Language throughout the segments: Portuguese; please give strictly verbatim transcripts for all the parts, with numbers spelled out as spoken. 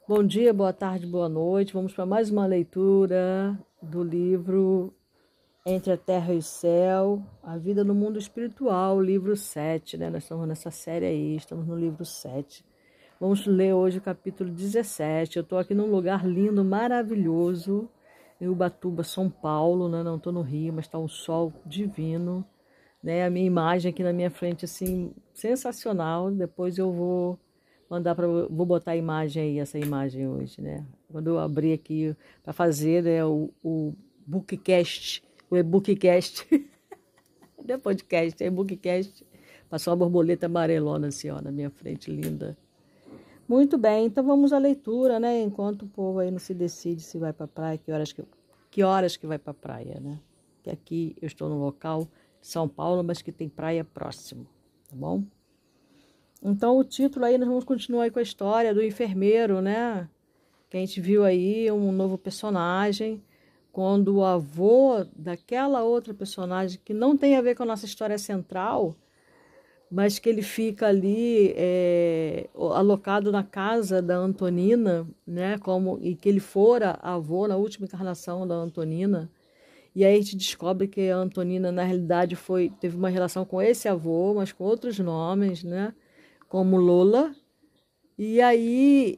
Bom dia, boa tarde, boa noite. Vamos para mais uma leitura do livro Entre a Terra e o Céu, A Vida no Mundo Espiritual, livro sete, né? Nós estamos nessa série aí, estamos no livro sete. Vamos ler hoje o capítulo dezessete. Eu estou aqui num lugar lindo, maravilhoso, em Ubatuba, São Paulo, né? Não estou no Rio, mas está um sol divino, né? A minha imagem aqui na minha frente, assim, sensacional. Depois eu vou mandar para vou botar a imagem aí, essa imagem hoje, né? Quando eu abrir aqui para fazer, né, o, o bookcast, o e-bookcast, não é podcast, é e-bookcast, passou uma borboleta amarelona assim, ó, na minha frente, linda. Muito bem, então vamos à leitura, né? Enquanto o povo aí não se decide se vai para praia, que horas que, que horas que vai para praia, né? Que aqui eu estou no local de São Paulo, mas que tem praia próximo, tá bom? Então, o título aí, nós vamos continuar aí com a história do enfermeiro, né? Que a gente viu aí um novo personagem, quando o avô daquela outra personagem, que não tem a ver com a nossa história central, mas que ele fica ali é, alocado na casa da Antonina, né? Como, e que ele fora avô na última encarnação da Antonina. E aí a gente descobre que a Antonina, na realidade, foi, teve uma relação com esse avô, mas com outros nomes, né? Como Lola. E aí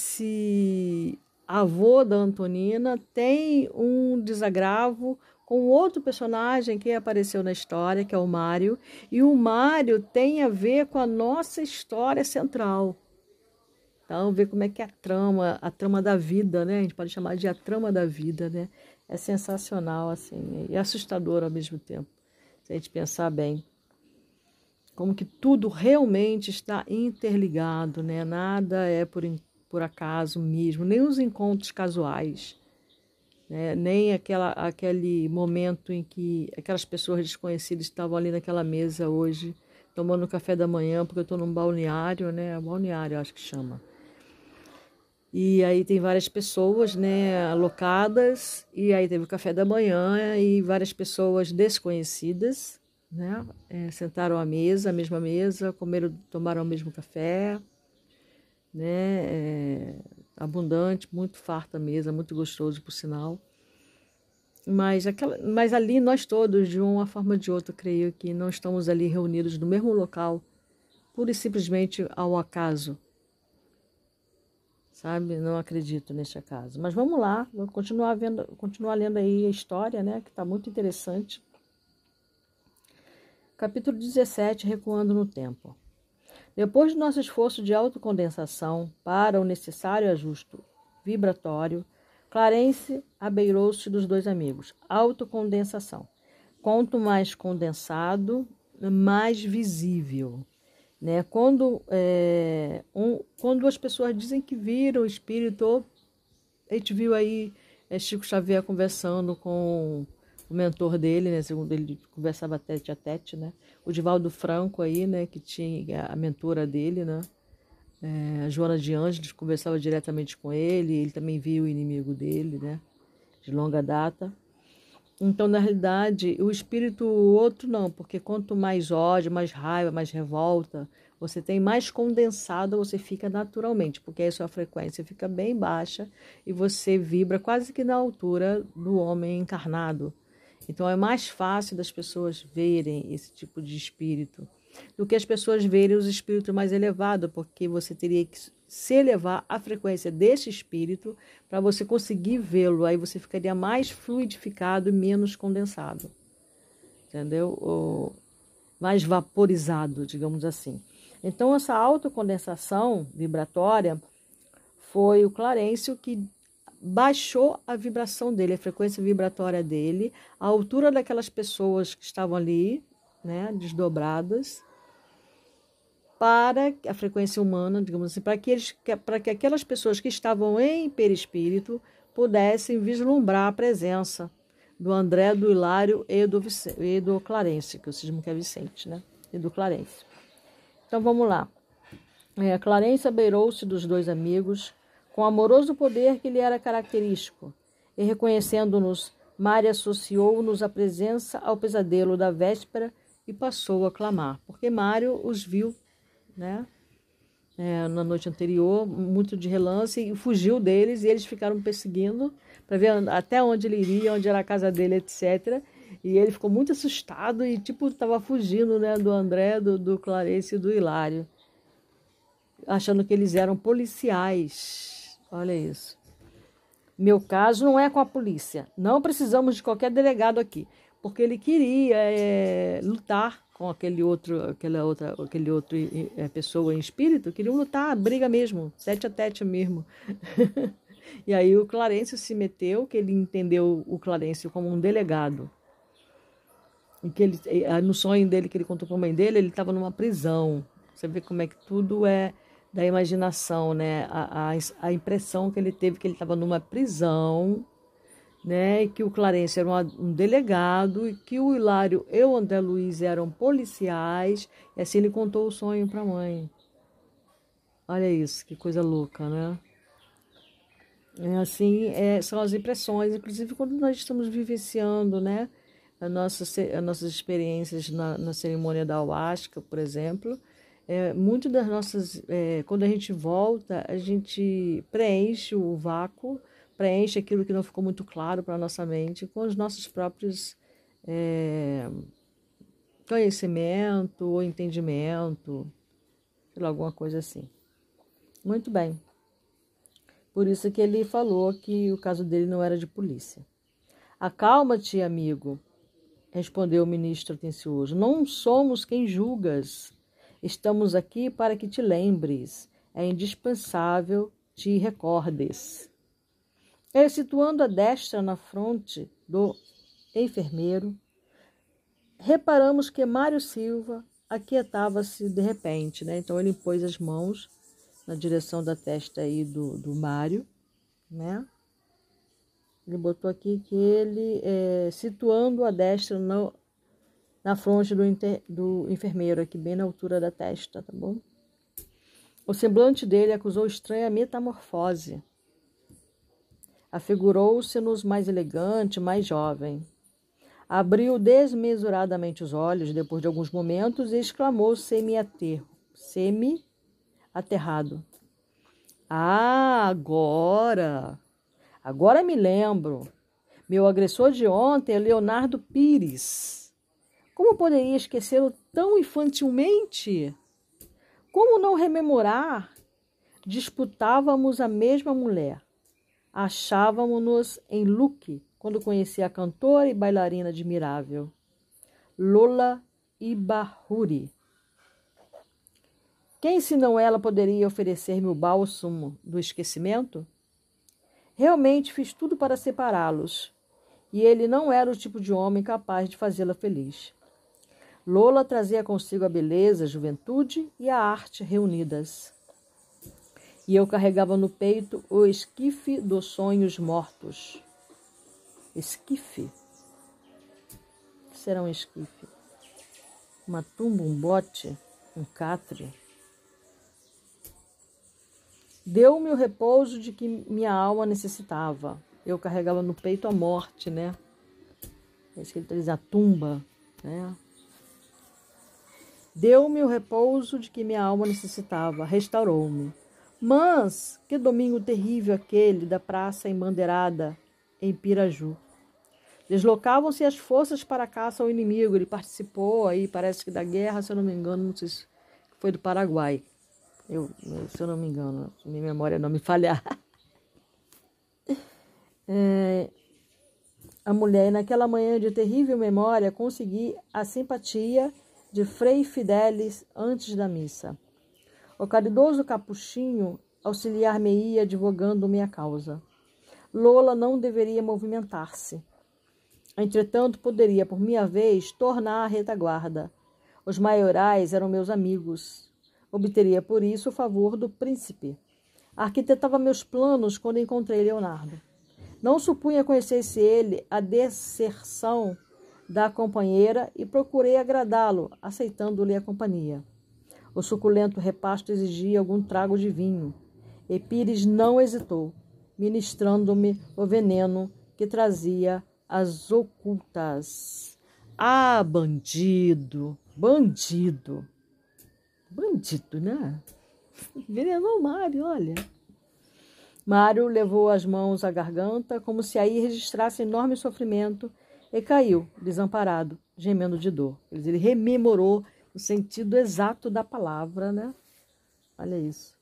esse avô da Antonina tem um desagravo com outro personagem que apareceu na história, que é o Mário. E o Mário tem a ver com a nossa história central. Então, ver como é que é a trama, a trama da vida, né? A gente pode chamar de a trama da vida, né? É sensacional, assim, e assustador ao mesmo tempo, se a gente pensar bem. Como que tudo realmente está interligado, né? Nada é por, por acaso mesmo, nem os encontros casuais, né? Nem aquela, aquele momento em que aquelas pessoas desconhecidas estavam ali naquela mesa hoje, tomando café da manhã, porque eu estou num balneário, né? Balneário, acho que chama. E aí tem várias pessoas, né, alocadas, e aí teve o café da manhã e várias pessoas desconhecidas, né, é, sentaram à mesa, a mesma mesa, comeram, tomaram o mesmo café, né, é, abundante, muito farta a mesa, muito gostoso, por sinal. Mas, aquela, mas ali nós todos, de uma forma ou de outra, creio que não estamos ali reunidos no mesmo local, pura e simplesmente ao acaso. Sabe? Não acredito neste acaso. Mas vamos lá, vou continuar vendo, continuar lendo aí a história, né? Que está muito interessante. Capítulo dezessete, Recuando no Tempo. Depois do nosso esforço de autocondensação para o necessário ajuste vibratório, Clarence abeirou-se dos dois amigos. Autocondensação. Quanto mais condensado, mais visível. Né? Quando, é, um, quando as pessoas dizem que viram o espírito, a gente viu aí é, Chico Xavier conversando com o mentor dele, né? Segundo ele conversava tete a tete, né? O Divaldo Franco aí, né? Que tinha a mentora dele, né? É, a Joana de Ângeles conversava diretamente com ele, ele também viu o inimigo dele, né? De longa data. Então, na realidade, o espírito o outro não, porque quanto mais ódio, mais raiva, mais revolta você tem, mais condensado você fica naturalmente, porque aí a sua frequência fica bem baixa e você vibra quase que na altura do homem encarnado. Então, é mais fácil das pessoas verem esse tipo de espírito do que as pessoas verem os espíritos mais elevados, porque você teria que se elevar a frequência desse espírito para você conseguir vê-lo, aí você ficaria mais fluidificado e menos condensado, entendeu? Ou mais vaporizado, digamos assim. Então, essa autocondensação vibratória foi o Clarencio que baixou a vibração dele, a frequência vibratória dele, a altura daquelas pessoas que estavam ali, né, desdobradas, para a frequência humana, digamos assim, para que, eles, para que aquelas pessoas que estavam em perispírito pudessem vislumbrar a presença do André, do Hilário e do, e do Clarence, que o cismo que é Vicente, né? E do Clarence. Então vamos lá. É, Clarence abeirou-se dos dois amigos com o amoroso poder que lhe era característico, e reconhecendo-nos, Mária associou-nos a presença ao pesadelo da véspera e passou a clamar, porque Mário os viu, né? é, na noite anterior, muito de relance, e fugiu deles, e eles ficaram perseguindo para ver até onde ele iria, onde era a casa dele, etcétera. E ele ficou muito assustado e, tipo, estava fugindo, né, do André, do, do Clarice e do Hilário, achando que eles eram policiais. Olha isso. Meu caso não é com a polícia. Não precisamos de qualquer delegado aqui, porque ele queria é, lutar com aquele outro, aquela outra, aquele outro é, pessoa em espírito. Queriam lutar, briga mesmo, tete a tete mesmo. E aí o Clarencio se meteu, que ele entendeu o Clarencio como um delegado. E que ele, no sonho dele, que ele contou para a mãe dele, ele estava numa prisão. Você vê como é que tudo é da imaginação, né? A, a, a impressão que ele teve que ele estava numa prisão, né? E que o Clarencio era um, um delegado, e que o Hilário e o André Luiz eram policiais. E assim ele contou o sonho para a mãe. Olha isso, que coisa louca, né? É assim, é, são as impressões, inclusive quando nós estamos vivenciando, né? A nossa, as nossas experiências na, na cerimônia da Ayahuasca, por exemplo. É, muito das nossas, é, quando a gente volta, a gente preenche o vácuo, preenche aquilo que não ficou muito claro para a nossa mente com os nossos próprios é, conhecimento ou entendimento, sei lá, alguma coisa assim. Muito bem. Por isso que ele falou que o caso dele não era de polícia. Acalma-te, amigo, respondeu o ministro atencioso. Não somos quem julgas. Estamos aqui para que te lembres. É indispensável te recordes. E, situando a destra na fronte do enfermeiro, reparamos que Mário Silva aquietava-se de repente, né? Então ele pôs as mãos na direção da testa aí do, do Mário, né? Ele botou aqui que ele, é, situando a destra no, na fronte do, inter, do enfermeiro, aqui bem na altura da testa, tá bom? O semblante dele acusou estranha metamorfose. Afigurou-se-nos mais elegante, mais jovem. Abriu desmesuradamente os olhos depois de alguns momentos e exclamou semi-aterro, semi-aterrado. Ah, agora! Agora me lembro. Meu agressor de ontem é Leonardo Pires. Como poderia esquecê-lo tão infantilmente? Como não rememorar? Disputávamos a mesma mulher. Achávamos-nos em Luque, quando conheci a cantora e bailarina admirável, Lola Ibahuri. Quem, senão ela, poderia oferecer-me o bálsamo do esquecimento? Realmente fiz tudo para separá-los, e ele não era o tipo de homem capaz de fazê-la feliz. Lola trazia consigo a beleza, a juventude e a arte reunidas. E eu carregava no peito o esquife dos sonhos mortos. Esquife? O que será um esquife? Uma tumba, um bote, um catre? Deu-me o repouso de que minha alma necessitava. Eu carregava no peito a morte, né? É escrito ali, a tumba, né? Deu-me o repouso de que minha alma necessitava, restaurou-me. Mas que domingo terrível aquele da praça embandeirada em Piraju. Deslocavam-se as forças para a caça ao inimigo. Ele participou aí, parece que da guerra, se eu não me engano, não sei se foi do Paraguai. Eu, se eu não me engano, minha memória não me falhar. É, a mulher, naquela manhã de terrível memória, consegui a simpatia de Frei Fidelis antes da missa. O caridoso capuchinho auxiliar-me-ia advogando minha causa. Lola não deveria movimentar-se. Entretanto, poderia, por minha vez, tornar a retaguarda. Os maiorais eram meus amigos. Obteria, por isso, o favor do príncipe. Arquitetava meus planos quando encontrei Leonardo. Não supunha conhecesse ele a deserção da companheira e procurei agradá-lo, aceitando-lhe a companhia. O suculento repasto exigia algum trago de vinho, e Pires não hesitou, ministrando-me o veneno que trazia as ocultas. Ah, bandido, bandido, bandido, né? Envenenou o Mário, olha. Mário levou as mãos à garganta, como se aí registrasse enorme sofrimento, e caiu, desamparado, gemendo de dor. Ele rememorou o sentido exato da palavra, né? Olha isso.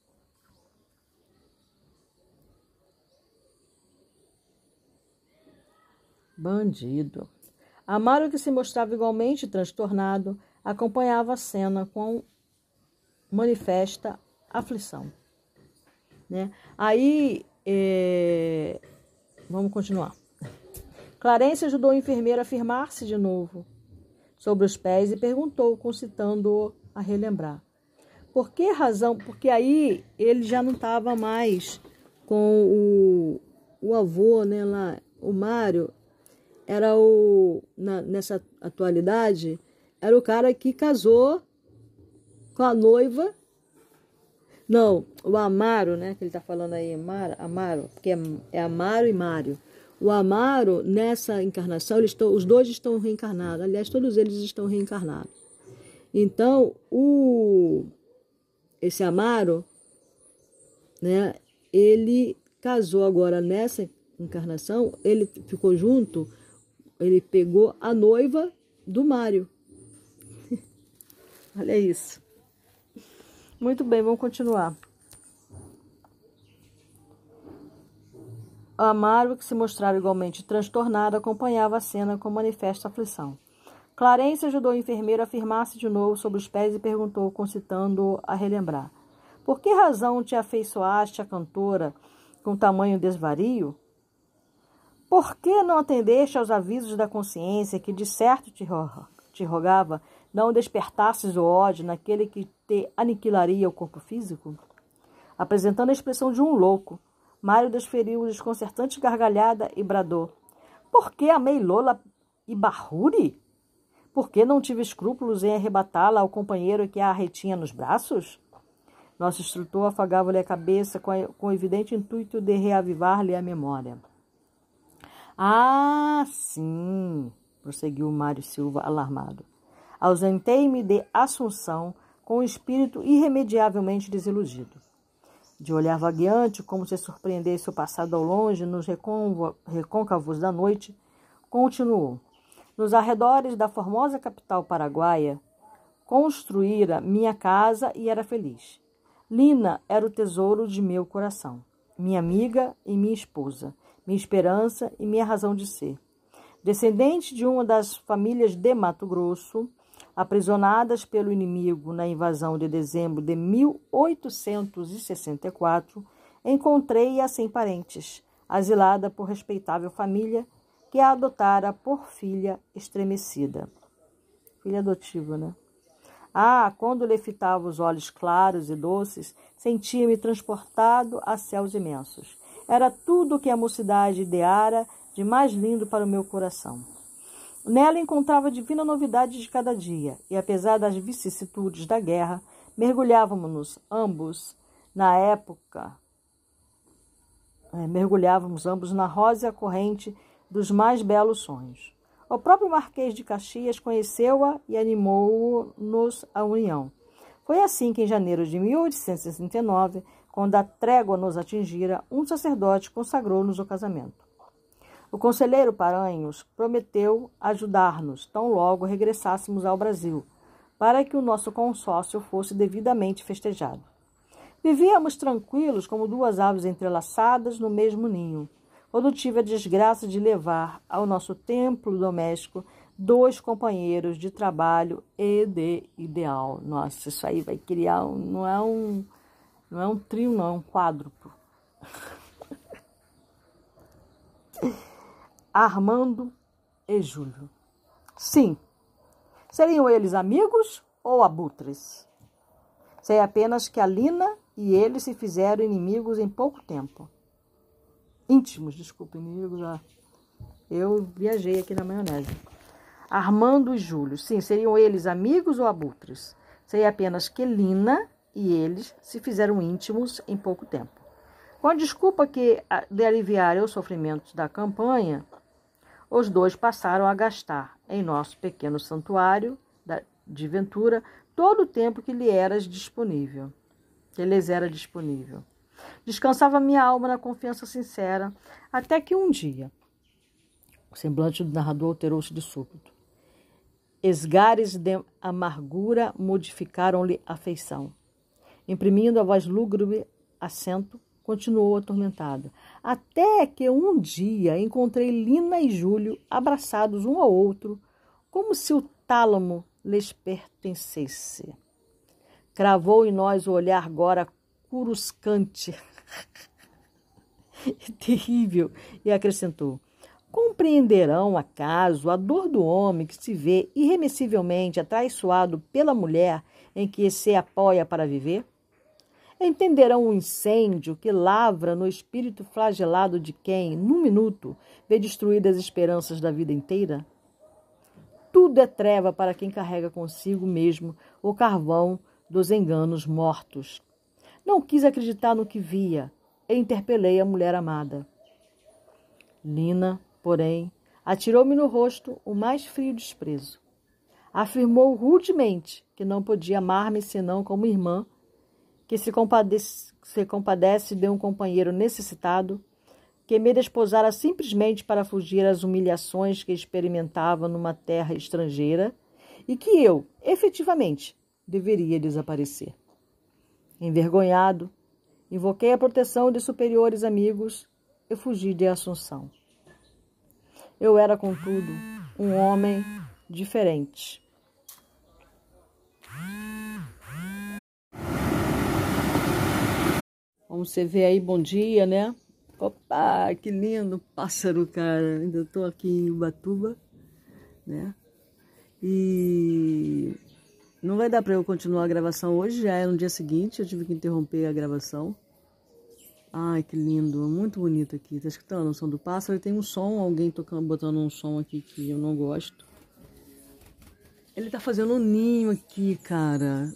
Bandido. Amaro, que se mostrava igualmente transtornado, acompanhava a cena com manifesta aflição. Né? Aí, é... vamos continuar. Clarence ajudou o enfermeiro a firmar-se de novo sobre os pés e perguntou, concitando-o a relembrar. Por que razão? Porque aí ele já não estava mais com o, o avô, né, lá, o Mário, era o, na, nessa atualidade, era o cara que casou com a noiva. Não, o Amaro, né, que ele está falando aí, Amaro, Amaro, porque é, é Amaro e Mário. O Amaro, nessa encarnação, eles estão, os dois estão reencarnados. Aliás, todos eles estão reencarnados. Então, o, esse Amaro, né, ele casou agora nessa encarnação, ele ficou junto, ele pegou a noiva do Mário. Olha isso. Muito bem, vamos continuar. Amaro, que se mostrava igualmente transtornado, acompanhava a cena com manifesta aflição. Clarence ajudou o enfermeiro a firmar-se de novo sobre os pés e perguntou, concitando-o a relembrar. Por que razão te afeiçoaste à cantora com tamanho desvario? Por que não atendeste aos avisos da consciência que de certo te, ro te rogava não despertasses o ódio naquele que te aniquilaria o corpo físico? Apresentando a expressão de um louco, Mário desferiu desconcertante gargalhada e bradou. Por que amei Lola e Bahuri? Por que não tive escrúpulos em arrebatá-la ao companheiro que a retinha nos braços? Nosso instrutor afagava-lhe a cabeça com, a, com o evidente intuito de reavivar-lhe a memória. Ah, sim, prosseguiu Mário Silva, alarmado. Ausentei-me de Assunção com o espírito irremediavelmente desiludido. De olhar vagueante, como se surpreendesse o passado ao longe, nos recôncavos da noite, continuou. Nos arredores da formosa capital paraguaia, construíra minha casa e era feliz. Lina era o tesouro de meu coração, minha amiga e minha esposa, minha esperança e minha razão de ser. Descendente de uma das famílias de Mato Grosso, aprisionadas pelo inimigo na invasão de dezembro de mil oitocentos e sessenta e quatro, encontrei-a sem parentes, asilada por respeitável família, que a adotara por filha estremecida. Filha adotiva, né? Ah, quando lhe fitava os olhos claros e doces, sentia-me transportado a céus imensos. Era tudo o que a mocidade ideara de mais lindo para o meu coração. Nela encontrava divina novidade de cada dia, e apesar das vicissitudes da guerra, mergulhávamos ambos na época, é, mergulhávamos ambos na rósea corrente dos mais belos sonhos. O próprio Marquês de Caxias conheceu-a e animou-nos à união. Foi assim que, em janeiro de mil oitocentos e sessenta e nove, quando a trégua nos atingira, um sacerdote consagrou-nos o casamento. O conselheiro Paranhos prometeu ajudar-nos tão logo regressássemos ao Brasil, para que o nosso consórcio fosse devidamente festejado. Vivíamos tranquilos como duas aves entrelaçadas no mesmo ninho, quando tive a desgraça de levar ao nosso templo doméstico dois companheiros de trabalho e de ideal. Nossa, isso aí vai criar, um, não é um, não é um trio, não, é um quádruplo. Armando e Júlio. Sim, seriam eles amigos ou abutres? Sei apenas que a Lina e ele se fizeram inimigos em pouco tempo. Íntimos, desculpa, inimigos. Ah, eu viajei aqui na maionese. Armando e Júlio. Sim, seriam eles amigos ou abutres? Sei apenas que Lina e eles se fizeram íntimos em pouco tempo. Com a desculpa que de aliviar os sofrimentos da campanha, os dois passaram a gastar em nosso pequeno santuário de Ventura todo o tempo que lhe era disponível. que lhes era disponível. Descansava minha alma na confiança sincera, até que um dia o semblante do narrador alterou-se de súbito. Esgares de amargura modificaram-lhe a feição. Imprimindo a voz lúgubre acento, continuou atormentada. Até que um dia encontrei Lina e Júlio abraçados um ao outro, como se o tálamo lhes pertencesse. Cravou em nós o olhar agora curuscante, terrível, e acrescentou: compreenderão, acaso, a dor do homem que se vê irremissivelmente atraiçoado pela mulher em que se apoia para viver? Entenderão o incêndio que lavra no espírito flagelado de quem, num minuto, vê destruídas as esperanças da vida inteira? Tudo é treva para quem carrega consigo mesmo o carvão dos enganos mortos. Não quis acreditar no que via e interpelei a mulher amada. Lina, porém, atirou-me no rosto o mais frio desprezo. Afirmou rudemente que não podia amar-me senão como irmã, que se compadece, se compadece de um companheiro necessitado, que me desposara simplesmente para fugir às humilhações que experimentava numa terra estrangeira e que eu, efetivamente, deveria desaparecer. Envergonhado, invoquei a proteção de superiores amigos e fugi de Assunção. Eu era, contudo, um homem diferente. Como você vê aí, bom dia, né? Opa, que lindo pássaro, cara. Ainda estou aqui em Ubatuba, né? E não vai dar para eu continuar a gravação hoje, já é no dia seguinte, eu tive que interromper a gravação. Ai, que lindo, muito bonito aqui. Tá escutando o som do pássaro? Tem um som, alguém tocando, botando um som aqui que eu não gosto. Ele tá fazendo um ninho aqui, cara.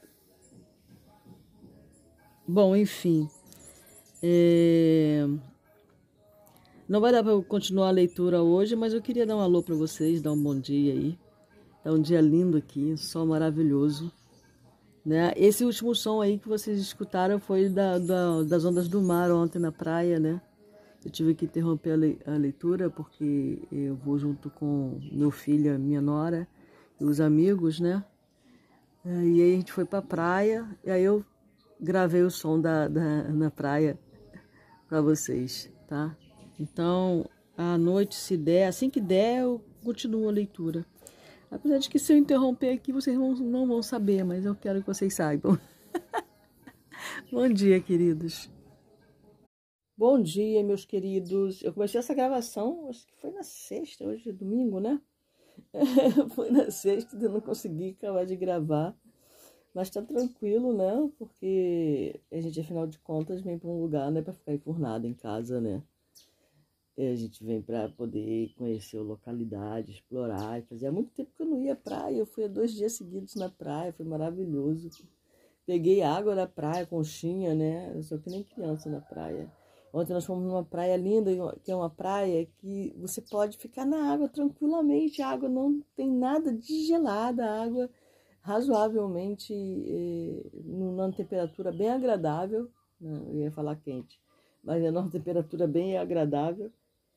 Bom, enfim. É... Não vai dar para eu continuar a leitura hoje, mas eu queria dar um alô para vocês, dar um bom dia aí. Tá um dia lindo aqui, sol maravilhoso. Né? Esse último som aí que vocês escutaram foi da, da, das ondas do mar ontem na praia, né? Eu tive que interromper a, le, a leitura porque eu vou junto com meu filho, minha nora e os amigos, né? E aí a gente foi pra praia e aí eu gravei o som da, da, na praia para vocês, tá? Então, à noite, se der, assim que der, eu continuo a leitura. Apesar de que se eu interromper aqui, vocês não, não vão saber, mas eu quero que vocês saibam. Bom dia, queridos. Bom dia, meus queridos. Eu comecei essa gravação, acho que foi na sexta, hoje é domingo, né? Foi na sexta, eu não consegui acabar de gravar. Mas tá tranquilo, né? Porque a gente, afinal de contas, vem para um lugar, né? Para ficar enfurnado em casa, né? E a gente vem para poder conhecer a localidade, explorar. Fazia muito tempo que eu não ia à praia. Eu fui há dois dias seguidos na praia, foi maravilhoso. Peguei água na praia, conchinha, né? Eu sou que nem criança na praia. Ontem nós fomos numa praia linda, que é uma praia que você pode ficar na água tranquilamente. A água não tem nada de gelada, a água razoavelmente eh, numa temperatura bem agradável. Não, eu ia falar quente, mas é numa temperatura bem agradável.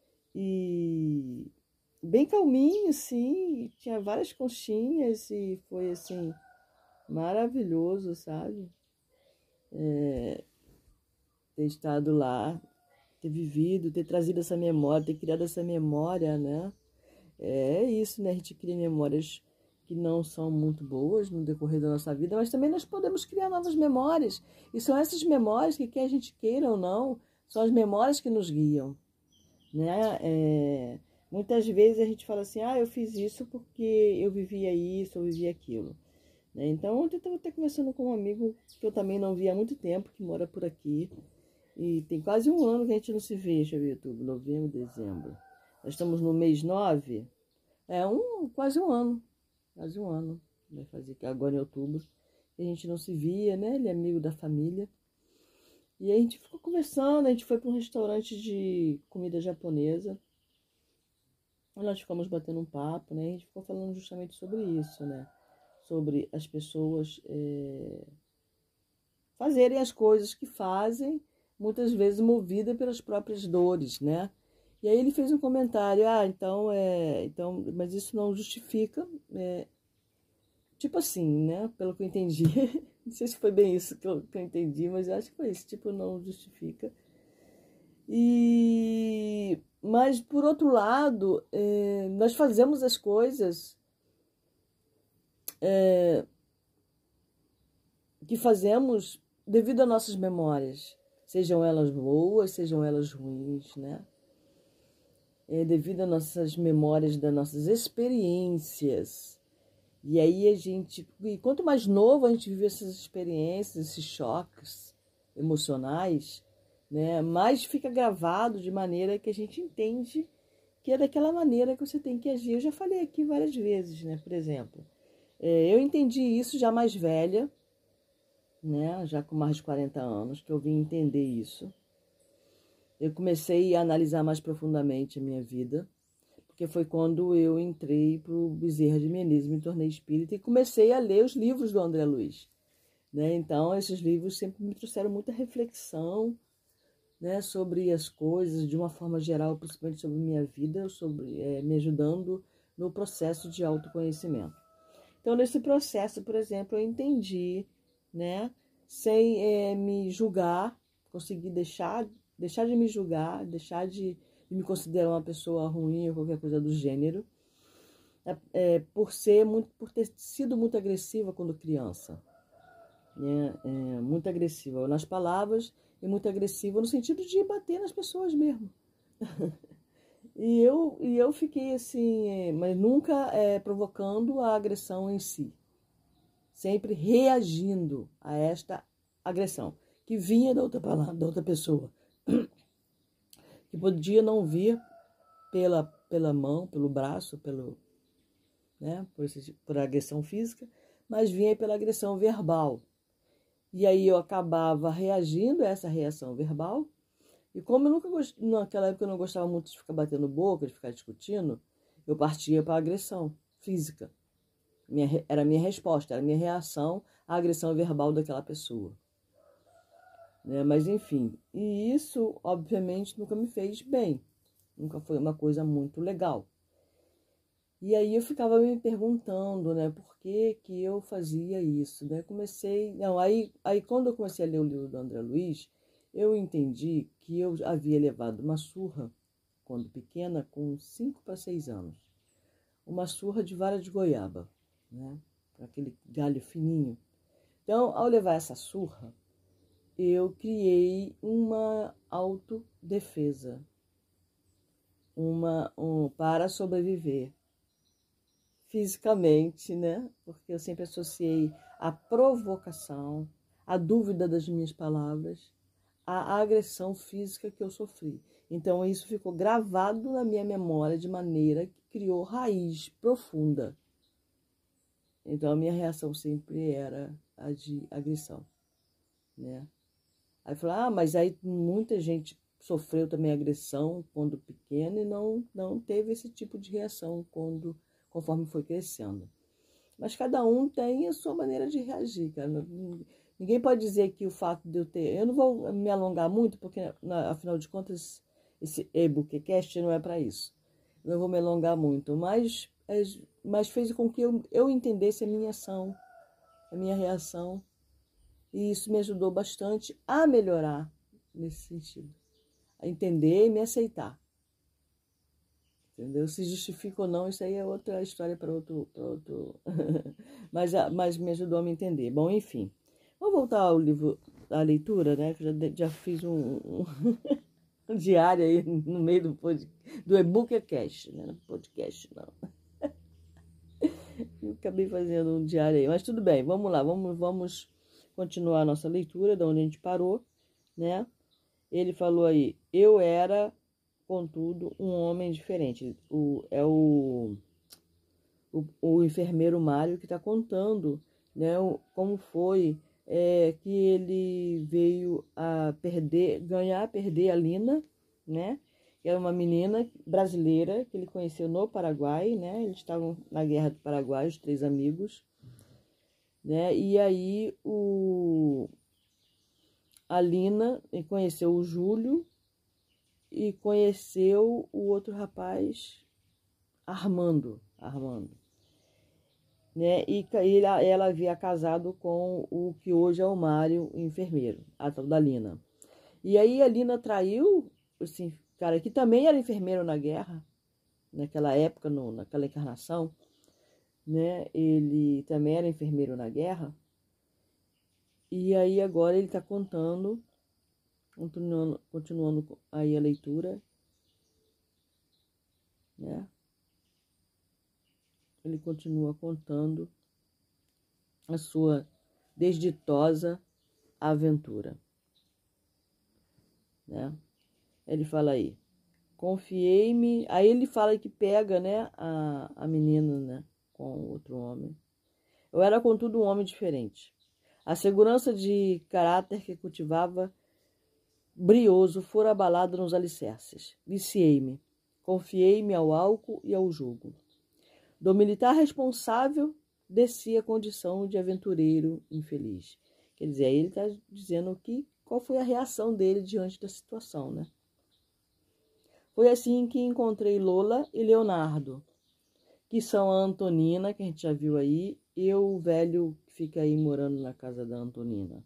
E bem calminho, sim, tinha várias conchinhas e foi, assim, maravilhoso, sabe? É, ter estado lá, ter vivido, ter trazido essa memória, ter criado essa memória, né? É isso, né? A gente cria memórias que não são muito boas no decorrer da nossa vida, mas também nós podemos criar novas memórias. E são essas memórias que, quer a gente queira ou não, são as memórias que nos guiam. Né? É, muitas vezes a gente fala assim, ah, eu fiz isso porque eu vivia isso, eu vivia aquilo. Né? Então, ontem eu estava até conversando com um amigo que eu também não vi há muito tempo, que mora por aqui. E tem quase um ano que a gente não se vê, deixa eu ver, outubro, novembro, dezembro. Nós estamos no mês nove, é um, quase um ano, quase um ano, vai fazer agora em outubro. A gente não se via, né? Ele é amigo da família. E aí a gente ficou conversando, a gente foi para um restaurante de comida japonesa. E nós ficamos batendo um papo, né? A gente ficou falando justamente sobre isso, né? Sobre as pessoas é, fazerem as coisas que fazem, muitas vezes movida pelas próprias dores, né? E aí ele fez um comentário, ah, então, é, então mas isso não justifica, é, tipo assim, né? Pelo que eu entendi, não sei se foi bem isso que eu, que eu entendi, mas eu acho que foi isso, tipo, não justifica. E, mas, por outro lado, é, nós fazemos as coisas é, que fazemos devido às nossas memórias, sejam elas boas, sejam elas ruins, né? É, devido às nossas memórias, das nossas experiências. E aí a gente, e quanto mais novo a gente vive essas experiências, esses choques emocionais, né, mais fica gravado de maneira que a gente entende que é daquela maneira que você tem que agir. Eu já falei aqui várias vezes, né? Por exemplo, é, eu entendi isso já mais velha, né? Já com mais de quarenta anos, que eu vim entender isso. Eu comecei a analisar mais profundamente a minha vida, porque foi quando eu entrei para o Bezerra de Menezes, me tornei espírita e comecei a ler os livros do André Luiz. Né? Então, esses livros sempre me trouxeram muita reflexão, né, sobre as coisas, de uma forma geral, principalmente sobre minha vida, sobre, é, me ajudando no processo de autoconhecimento. Então, nesse processo, por exemplo, eu entendi, né, sem é, me julgar, consegui deixar, deixar de me julgar, deixar de, de me considerar uma pessoa ruim ou qualquer coisa do gênero, é, por ser muito, por ter sido muito agressiva quando criança, né, é, muito agressiva nas palavras e muito agressiva no sentido de bater nas pessoas mesmo. E eu, e eu fiquei assim, é, mas nunca é, provocando a agressão em si. Sempre reagindo a esta agressão, que vinha da outra, da outra pessoa. Que podia não vir pela, pela mão, pelo braço, pelo, né, por, esse, por agressão física, mas vinha pela agressão verbal. E aí eu acabava reagindo a essa reação verbal. E como eu nunca gost... naquela época eu não gostava muito de ficar batendo boca, de ficar discutindo, eu partia para a agressão física. Minha... Era a minha resposta, era a minha reação à agressão verbal daquela pessoa. Né? Mas enfim, e isso obviamente nunca me fez bem. Nunca foi uma coisa muito legal. E aí eu ficava me perguntando, né, por que que eu fazia isso, né? Comecei, não, aí, aí quando eu comecei a ler o livro do André Luiz, eu entendi que eu havia levado uma surra, quando pequena, com cinco para seis anos. Uma surra de vara de goiaba, né? Aquele galho fininho. Então, ao levar essa surra, eu criei uma autodefesa, uma, um, para sobreviver. Fisicamente, né? Porque eu sempre associei a provocação, a dúvida das minhas palavras, a agressão física que eu sofri. Então, isso ficou gravado na minha memória de maneira que criou raiz profunda. Então, a minha reação sempre era a de agressão, né? Aí falou, ah, mas aí muita gente sofreu também agressão quando pequena e não, não teve esse tipo de reação quando conforme foi crescendo. Mas cada um tem a sua maneira de reagir, cara. Ninguém pode dizer que o fato de eu ter... Eu não vou me alongar muito, porque, afinal de contas, esse e-bookcast não é para isso. Não vou me alongar muito, mas, mas fez com que eu, eu entendesse a minha ação, a minha reação, e isso me ajudou bastante a melhorar nesse sentido. A entender e me aceitar. Entendeu? Se justifica ou não, isso aí é outra história para outro... Pra outro... mas, mas me ajudou a me entender. Bom, enfim. Vou voltar ao livro, à leitura, né? Que já, já fiz um, um, um diário aí no meio do, pod, do e-bookcast, né? No podcast, não. Eu acabei fazendo um diário aí. Mas tudo bem, vamos lá. Vamos, vamos continuar a nossa leitura, de onde a gente parou, né? Ele falou aí, eu era... Contudo, um homem diferente. O, é o, o, o enfermeiro Mário que está contando, né, o, como foi é, que ele veio a perder, ganhar, perder a Lina, né? Que era uma menina brasileira que ele conheceu no Paraguai, né? Eles estavam na Guerra do Paraguai, os três amigos, né? E aí o a Lina e conheceu o Júlio e conheceu o outro rapaz, Armando, Armando, né? E ela, ela havia casado com o que hoje é o Mário, o enfermeiro, a tal da Lina. E aí a Lina traiu esse cara que também era enfermeiro na guerra, naquela época, no, naquela encarnação, né? Ele também era enfermeiro na guerra. E aí agora ele está contando, continuando, continuando aí a leitura, né? Ele continua contando a sua desditosa aventura, né? Ele fala aí, confiei-me, aí ele fala que pega, né, a, a menina, né, com outro homem. Eu era, contudo, um homem diferente. A segurança de caráter que cultivava brioso fora abalada nos alicerces. Viciei-me, confiei-me ao álcool e ao jogo. Do militar responsável, desci a condição de aventureiro infeliz. Quer dizer, aí ele está dizendo que, qual foi a reação dele diante da situação, né? Foi assim que encontrei Lola e Leonardo, que são a Antonina, que a gente já viu aí, e o velho que fica aí morando na casa da Antonina.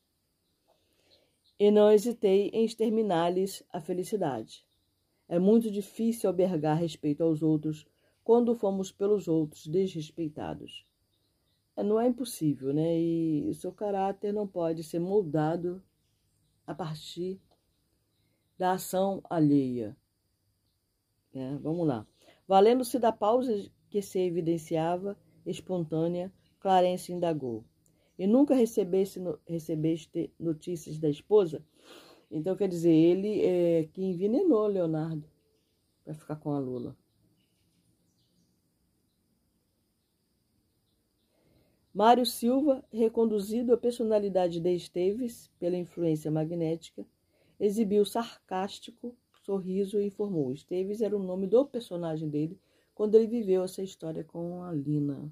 E não hesitei em exterminar-lhes a felicidade. É muito difícil albergar respeito aos outros quando fomos pelos outros desrespeitados. É, não é impossível, né? E o seu caráter não pode ser moldado a partir da ação alheia. É, vamos lá. Valendo-se da pausa que se evidenciava espontânea, Clarence indagou. E nunca recebeste, recebeste notícias da esposa? Então, quer dizer, ele é que envenenou Leonardo para ficar com a Lula. Mário Silva, reconduzido à personalidade de Esteves pela influência magnética, exibiu sarcástico sorriso e informou. Esteves era o nome do personagem dele quando ele viveu essa história com a Lina.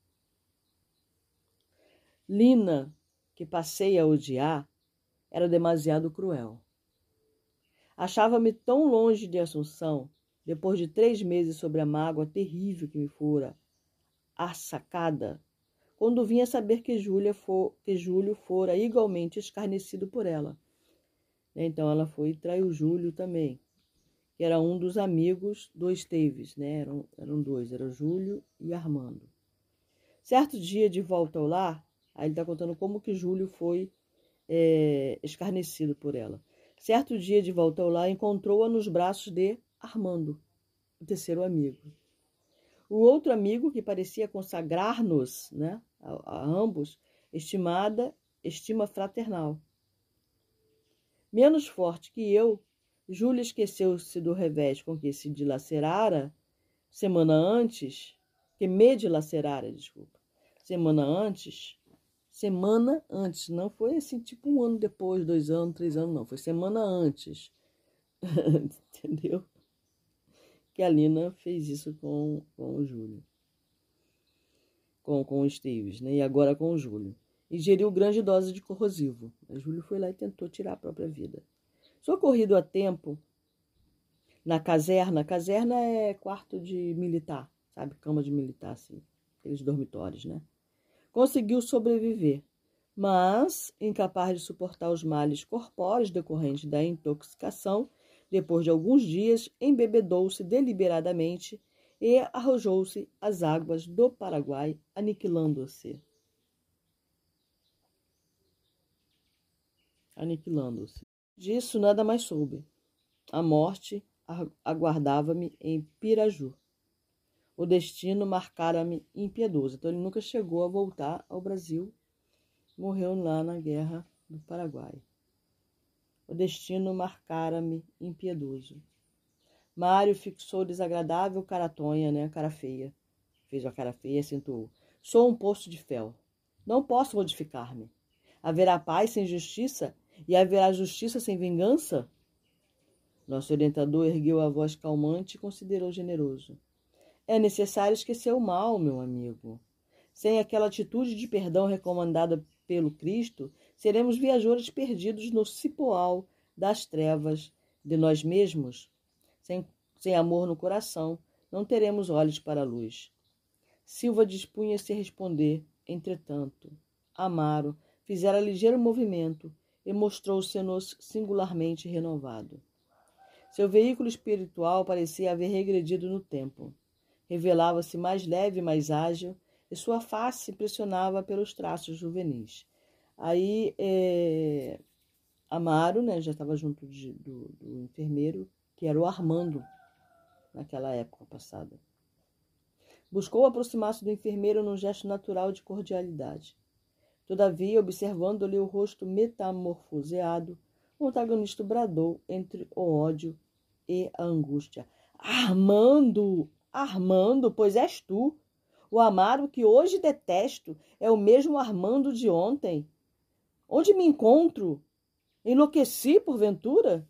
Lina, que passei a odiar, era demasiado cruel. Achava-me tão longe de Assunção, depois de três meses sobre a mágoa terrível que me fora assacada, quando vinha saber que, Júlia for, que Júlio fora igualmente escarnecido por ela. Então ela foi e traiu Júlio também, que era um dos amigos do Esteves, né? Eram, eram dois, era Júlio e Armando. Certo dia, de volta ao lar, aí ele está contando como que Júlio foi é, escarnecido por ela. Certo dia, de volta ao lar, encontrou-a nos braços de Armando, o terceiro amigo. O outro amigo, que parecia consagrar-nos, né, a, a ambos, estimada, estima fraternal. Menos forte que eu, Júlia esqueceu-se do revés com que se dilacerara semana antes, que me dilacerara, desculpa, semana antes, semana antes, não foi assim, tipo um ano depois, dois anos, três anos, não, foi semana antes, entendeu? Que a Lina fez isso com, com o Júlio, com, com o Esteves, né? E agora com o Júlio. Ingeriu grande dose de corrosivo. O Júlio foi lá e tentou tirar a própria vida. Socorrido a tempo, na caserna, caserna é quarto de militar, sabe? Cama de militar, assim, aqueles dormitórios, né? Conseguiu sobreviver, mas, incapaz de suportar os males corpóreos decorrentes da intoxicação, depois de alguns dias, embebedou-se deliberadamente e arrojou-se às águas do Paraguai, aniquilando-se. Aniquilando-se. Disso nada mais soube. A morte aguardava-me em Piraju. O destino marcara-me impiedoso. Então ele nunca chegou a voltar ao Brasil. Morreu lá na Guerra do Paraguai. O destino marcara-me impiedoso. Mário fixou desagradável cara tonha, né? Cara feia. Fez uma cara feia e acentuou. Sou um poço de fel. Não posso modificar-me. Haverá paz sem justiça? E haverá justiça sem vingança? Nosso orientador ergueu a voz calmante e considerou generoso. É necessário esquecer o mal, meu amigo. Sem aquela atitude de perdão recomendada pelo Cristo, Seremos viajores perdidos no cipoal das trevas de nós mesmos. Sem, sem amor no coração, não teremos olhos para a luz. Silva dispunha-se a responder, entretanto. Amaro fizera ligeiro movimento e mostrou-se-nos singularmente renovado. Seu veículo espiritual parecia haver regredido no tempo. Revelava-se mais leve e mais ágil, e sua face impressionava pelos traços juvenis. Aí, é, Amaro, né, já estava junto de, do, do enfermeiro, que era o Armando, naquela época passada. Buscou aproximar-se do enfermeiro num gesto natural de cordialidade. Todavia, observando-lhe o rosto metamorfoseado, o antagonista bradou entre o ódio e a angústia. Armando! Armando, pois és tu! O Amaro que hoje detesto é o mesmo Armando de ontem. Onde me encontro? Enlouqueci, porventura?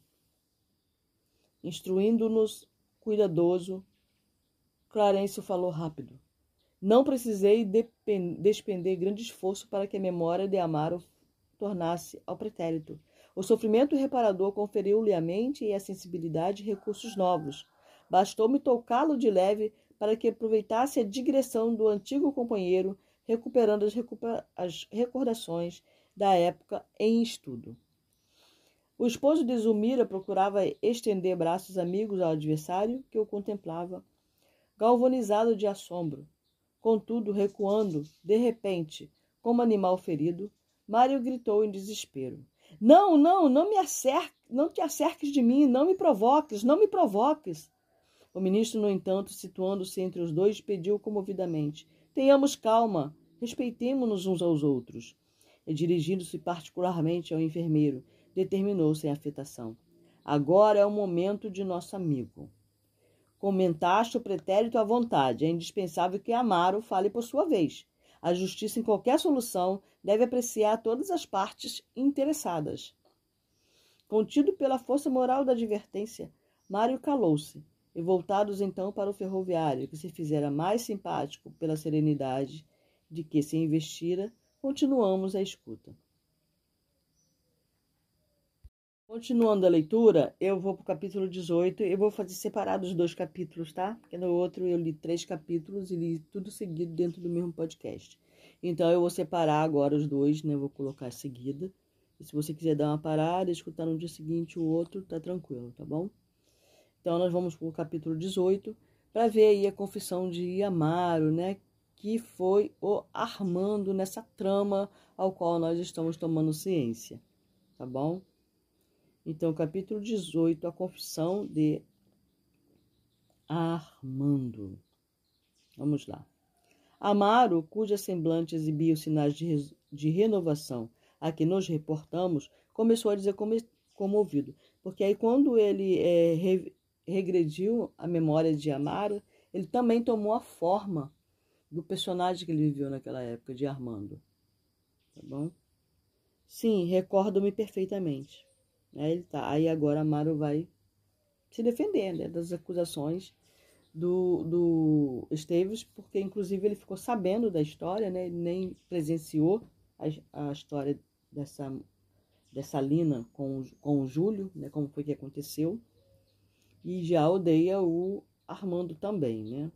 Instruindo-nos, cuidadoso, Clarencio falou rápido. Não precisei despender grande esforço para que a memória de Amaro tornasse ao pretérito. O sofrimento reparador conferiu-lhe à mente e à sensibilidade recursos novos. Bastou-me tocá-lo de leve para que aproveitasse a digressão do antigo companheiro, recuperando as, recupera as recordações da época em estudo. O esposo de Zulmira procurava estender braços amigos ao adversário, que o contemplava, galvanizado de assombro. Contudo, recuando, de repente, como animal ferido, Mário gritou em desespero. Não, não, não me acerque, não te acerques de mim, não me provoques, não me provoques. O ministro, no entanto, situando-se entre os dois, pediu comovidamente. Tenhamos calma, respeitemo-nos uns aos outros. E, dirigindo-se particularmente ao enfermeiro, determinou sem afetação. Agora é o momento de nosso amigo. Comentaste o pretérito à vontade. É indispensável que Amaro fale por sua vez. A justiça, em qualquer solução, deve apreciar todas as partes interessadas. Contido pela força moral da advertência, Mário calou-se, e voltados então para o ferroviário, que se fizera mais simpático pela serenidade de que se investira, continuamos a escuta. Continuando a leitura, eu vou para o capítulo dezoito, eu vou fazer separados os dois capítulos, tá? Porque no outro eu li três capítulos e li tudo seguido dentro do mesmo podcast. Então eu vou separar agora os dois, né? Vou colocar em seguida. E se você quiser dar uma parada, escutar no dia seguinte o outro, tá tranquilo, tá bom? Então nós vamos para o capítulo dezoito, para ver aí a confissão de Amaro, né? Que foi o Armando nessa trama ao qual nós estamos tomando ciência, tá bom? Então, capítulo dezoito, a confissão de Armando. Vamos lá. Amaro, cuja semblante exibia os sinais de, de renovação a que nos reportamos, começou a dizer como, comovido. Porque aí, quando ele é, re, regrediu a memória de Amaro, ele também tomou a forma do personagem que ele viveu naquela época, de Armando. Tá bom? Sim, recordo-me perfeitamente. Aí, ele tá. Aí agora Amaro vai se defender, né, das acusações do, do Esteves, porque inclusive ele ficou sabendo da história, né, ele nem presenciou a, a história dessa, dessa Lina com, com o Júlio, né, como foi que aconteceu, e já odeia o Armando também, né.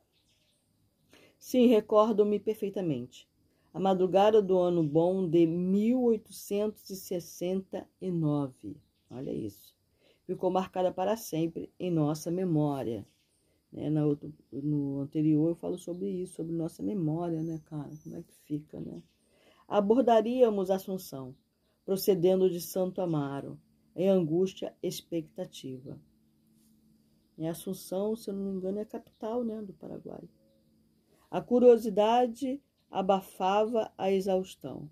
Sim, recordo-me perfeitamente. A madrugada do ano bom de mil oitocentos e sessenta e nove. Olha isso. Ficou marcada para sempre em nossa memória. Né? No, outro, no anterior eu falo sobre isso, sobre nossa memória, né, cara? Como é que fica, né? Abordaríamos Assunção, procedendo de Santo Amaro, em angústia expectativa. Em Assunção, se eu não me engano, é a capital, né, do Paraguai. A curiosidade abafava a exaustão.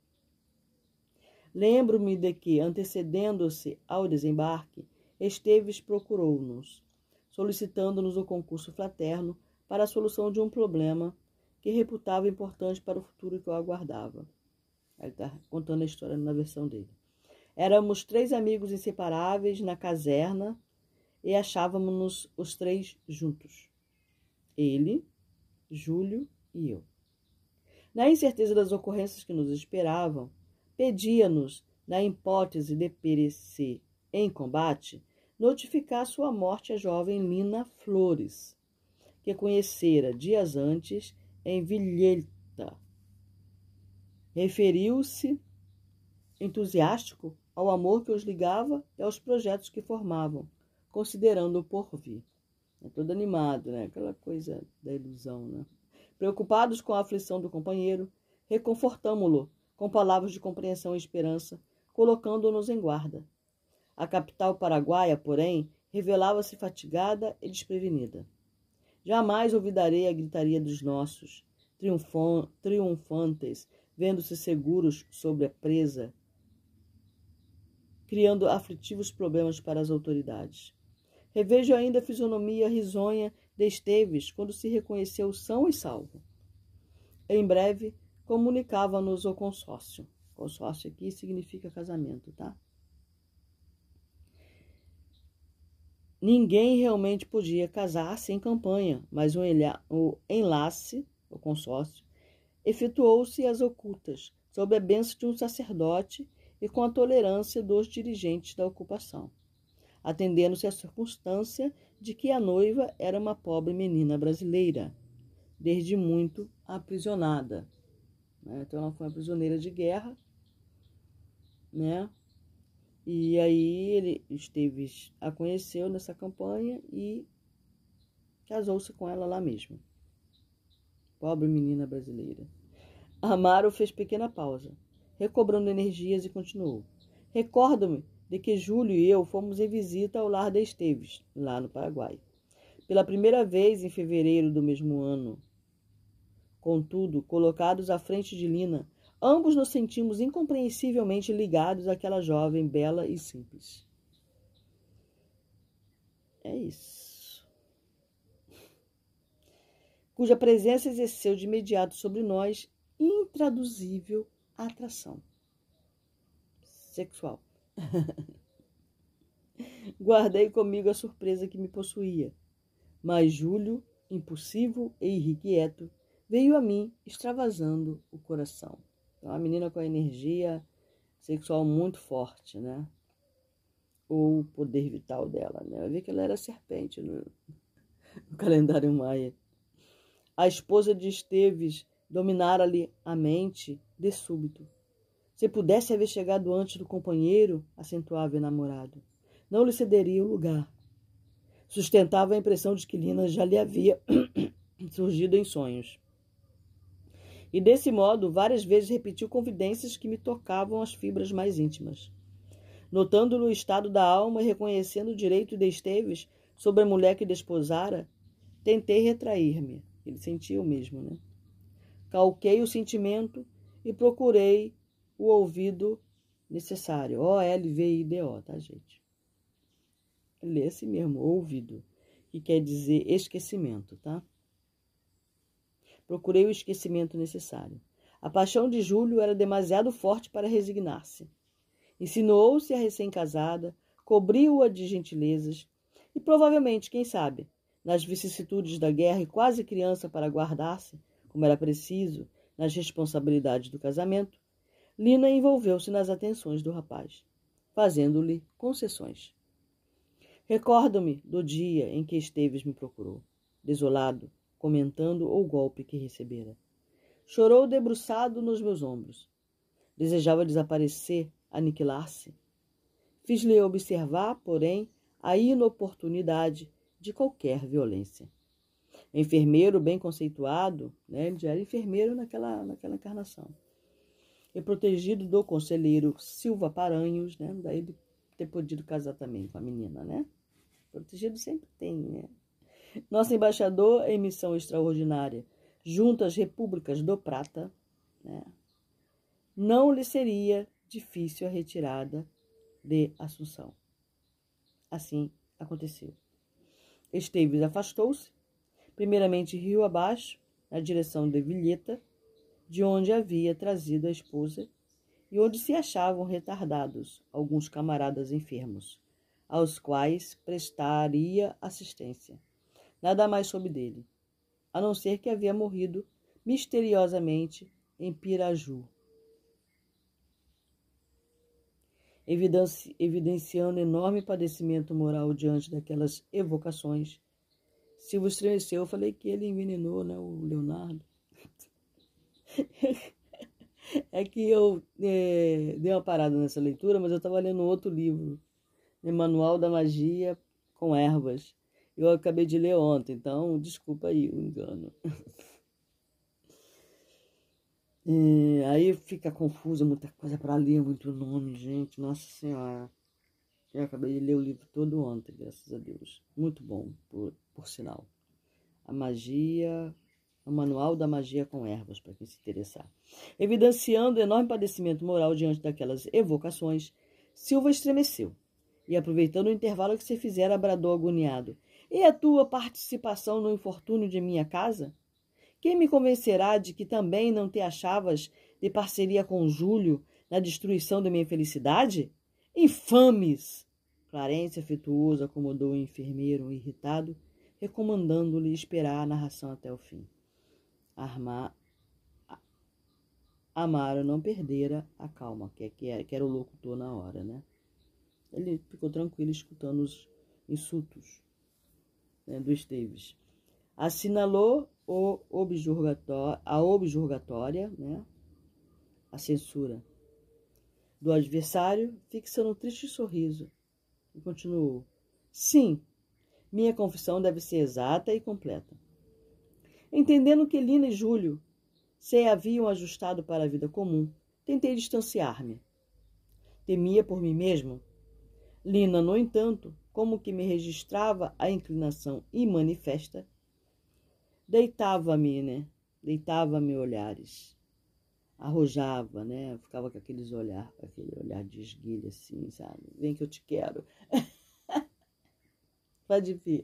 Lembro-me de que, antecedendo-se ao desembarque, Esteves procurou-nos, solicitando-nos o concurso fraterno para a solução de um problema que reputava importante para o futuro que eu aguardava. Ele está contando a história na versão dele. Éramos três amigos inseparáveis na caserna e achávamos-nos os três juntos. Ele, Júlio e eu. Na incerteza das ocorrências que nos esperavam, pedia-nos, na hipótese de perecer em combate, notificar sua morte à jovem Lina Flores, que conhecera dias antes em Vilheta. Referiu-se entusiástico ao amor que os ligava e aos projetos que formavam, considerando o porvir. É todo animado, né? Aquela coisa da ilusão, né? Preocupados com a aflição do companheiro, reconfortamo-lo com palavras de compreensão e esperança, colocando-nos em guarda. A capital paraguaia, porém, revelava-se fatigada e desprevenida. Jamais olvidarei a gritaria dos nossos, triunfantes, vendo-se seguros sobre a presa, criando aflitivos problemas para as autoridades. Revejo ainda a fisionomia risonha de Esteves quando se reconheceu são e salvo. Em breve, comunicava-nos o consórcio. Consórcio aqui significa casamento, tá? Ninguém realmente podia casar-se em campanha, mas o enlace, o consórcio, efetuou-se às ocultas, sob a bênção de um sacerdote e com a tolerância dos dirigentes da ocupação, atendendo-se à circunstância de que a noiva era uma pobre menina brasileira, desde muito aprisionada. Né? Então ela foi uma prisioneira de guerra, né? E aí ele Esteves a conheceu nessa campanha e casou-se com ela lá mesmo. Pobre menina brasileira. Amaro fez pequena pausa, recobrando energias e continuou. Recordo-me de que Júlio e eu fomos em visita ao lar de Esteves, lá no Paraguai. Pela primeira vez em fevereiro do mesmo ano. Contudo, colocados à frente de Lina, ambos nos sentimos incompreensivelmente ligados àquela jovem bela e simples. É isso. Cuja presença exerceu de imediato sobre nós intraduzível atração sexual. Guardei comigo a surpresa que me possuía, mas Júlio, impulsivo e irrequieto, veio a mim extravasando o coração. Então, a menina com a energia sexual muito forte, né? Ou o poder vital dela, né? Eu vi que ela era serpente no, no calendário maia. A esposa de Esteves dominara-lhe a mente de súbito. Se pudesse haver chegado antes do companheiro, acentuava o enamorado, não lhe cederia o lugar. Sustentava a impressão de que Lina já lhe havia surgido em sonhos. E desse modo, várias vezes repetiu confidências que me tocavam as fibras mais íntimas. Notando-lhe o estado da alma e reconhecendo o direito de Esteves sobre a mulher que desposara, tentei retrair-me. Ele sentia o mesmo, né? Calquei o sentimento e procurei o ouvido necessário. O L V I D O, tá, gente? Lê assim mesmo, ouvido, que quer dizer esquecimento, tá? Procurei o esquecimento necessário. A paixão de Júlio era demasiado forte para resignar-se. Insinuou-se a recém-casada, cobriu-a de gentilezas e provavelmente, quem sabe, nas vicissitudes da guerra e quase criança para guardar-se, como era preciso, nas responsabilidades do casamento, Lina envolveu-se nas atenções do rapaz, fazendo-lhe concessões. Recordo-me do dia em que Esteves me procurou, desolado, comentando o golpe que recebera. Chorou debruçado nos meus ombros. Desejava desaparecer, aniquilar-se. Fiz-lhe observar, porém, a inoportunidade de qualquer violência. Enfermeiro bem conceituado, né, ele já era enfermeiro naquela, naquela encarnação, e protegido do conselheiro Silva Paranhos, né, daí ele ter podido casar também com a menina, né? Protegido sempre tem, né? Nosso embaixador em missão extraordinária, junto às repúblicas do Prata, né, não lhe seria difícil a retirada de Assunção. Assim aconteceu. Esteves afastou-se, primeiramente rio abaixo, na direção de Vilheta, de onde havia trazido a esposa e onde se achavam retardados alguns camaradas enfermos, aos quais prestaria assistência. Nada mais soube dele, a não ser que havia morrido misteriosamente em Piraju. evidenci evidenciando enorme padecimento moral diante daquelas evocações. Silvio estremeceu. Eu falei que ele envenenou, né, o Leonardo. É que eu é, dei uma parada nessa leitura, mas eu estava lendo outro livro, né, Manual da Magia com Ervas. Eu acabei de ler ontem, então desculpa aí o engano. É, aí fica confuso, muita coisa para ler, muito nome, gente, nossa senhora. Eu acabei de ler o livro todo ontem, graças a Deus. Muito bom, por, por sinal. A magia, o Manual da Magia com Ervas, para quem se interessar. Evidenciando o enorme padecimento moral diante daquelas evocações, Silva estremeceu e, aproveitando o intervalo que se fizera, bradou agoniado: e a tua participação no infortúnio de minha casa? Quem me convencerá de que também não te achavas de parceria com Júlio na destruição da minha felicidade? Infames! Clarence, afetuoso, acomodou o enfermeiro irritado, recomendando-lhe esperar a narração até o fim. Armar... Amaro não perdera a calma, que, que, que era o locutor na hora, né? Ele ficou tranquilo escutando os insultos, né, do Esteves. Assinalou o objurgatório, a objurgatória, né, a censura do adversário, fixando um triste sorriso, e continuou: sim, minha confissão deve ser exata e completa. Entendendo que Lina e Júlio se haviam ajustado para a vida comum, tentei distanciar-me. Temia por mim mesmo. Lina, no entanto, como que me registrava a inclinação imanifesta, deitava-me, né? Deitava-me olhares. Arrojava, né? Ficava com aqueles olhar, aquele olhar de esguilha, assim, sabe? Vem que eu te quero. Pode vir.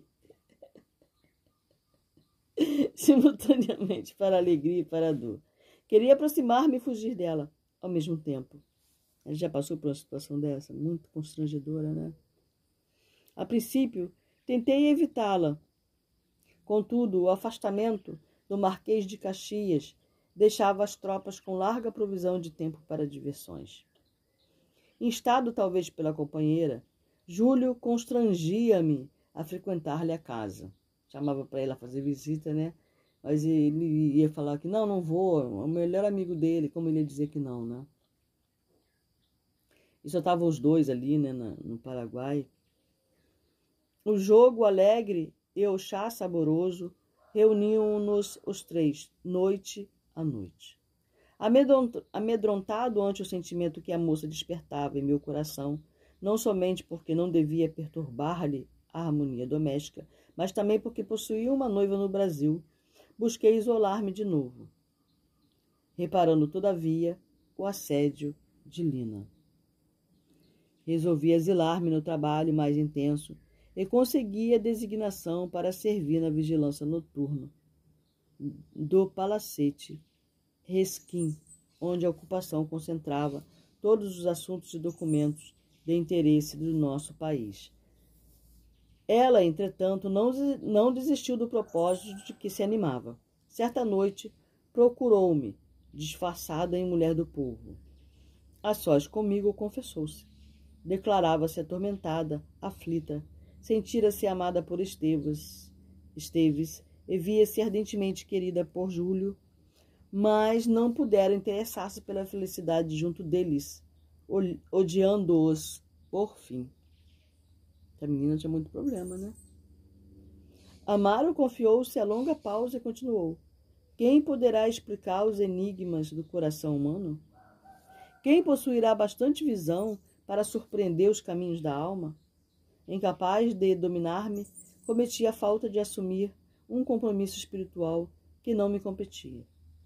Simultaneamente, para a alegria e para a dor. Queria aproximar-me e fugir dela, ao mesmo tempo. Ele já passou por uma situação dessa, muito constrangedora, né? A princípio, tentei evitá-la. Contudo, o afastamento do Marquês de Caxias deixava as tropas com larga provisão de tempo para diversões. Instado talvez pela companheira, Júlio constrangia-me a frequentar-lhe a casa. Chamava para ela fazer visita, né? Mas ele ia falar que não, não vou, é o melhor amigo dele, como ele ia dizer que não, né? E só estavam os dois ali, né, no Paraguai. O jogo alegre e o chá saboroso reuniam-nos os três, noite a noite. Amedrontado ante o sentimento que a moça despertava em meu coração, não somente porque não devia perturbar-lhe a harmonia doméstica, mas também porque possuía uma noiva no Brasil, busquei isolar-me de novo, reparando, todavia, o assédio de Lina. Resolvi exilar-me no trabalho mais intenso e consegui a designação para servir na vigilância noturna do Palacete Resquim, onde a ocupação concentrava todos os assuntos e documentos de interesse do nosso país. Ela, entretanto, não, não desistiu do propósito de que se animava. Certa noite, procurou-me, disfarçada em mulher do povo. A sós comigo, confessou-se. Declarava-se atormentada, aflita, sentira-se amada por Esteves, Esteves e via-se ardentemente querida por Júlio, mas não pudera interessar-se pela felicidade junto deles, odiando-os por fim. A menina tinha muito problema, né? Amaro confiou-se a longa pausa e continuou: quem poderá explicar os enigmas do coração humano? Quem possuirá bastante visão para surpreender os caminhos da alma? Incapaz de dominar-me, cometi a falta de assumir um compromisso espiritual que não me competia.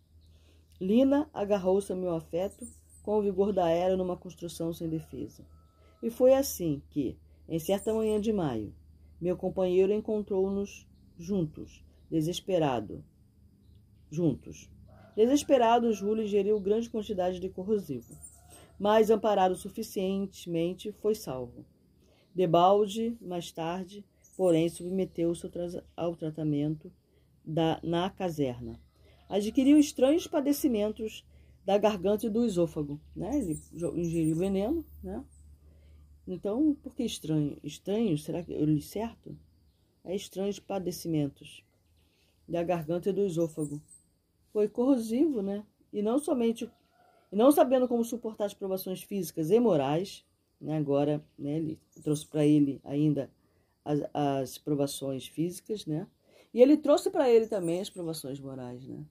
Lina agarrou-se ao meu afeto com o vigor da era numa construção sem defesa. E foi assim que, em certa manhã de maio, meu companheiro encontrou-nos juntos, desesperado. Juntos. Desesperado, Júlio ingeriu grande quantidade de corrosivo, mas, amparado suficientemente, foi salvo. Debalde, mais tarde, porém, submeteu-se ao tratamento da, na caserna. Adquiriu estranhos padecimentos da garganta e do esôfago, né? Ele ingeriu veneno, né? Então, por que estranho? Estranho? Será que eu li certo? É estranhos padecimentos da garganta e do esôfago. Foi corrosivo, né? E não somente, e não sabendo como suportar as provações físicas e morais, né? Agora, né, ele trouxe para ele ainda as, as provações físicas, né? E ele trouxe para ele também as provações morais, né?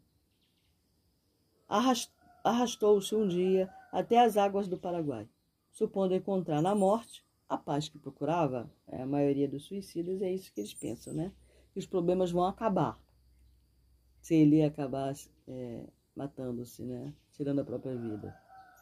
Arrastou-se um dia até as águas do Paraguai, supondo encontrar na morte a paz que procurava. É, a maioria dos suicidas é isso que eles pensam, né? Que os problemas vão acabar se ele acabar é, matando-se, né? Tirando a própria vida.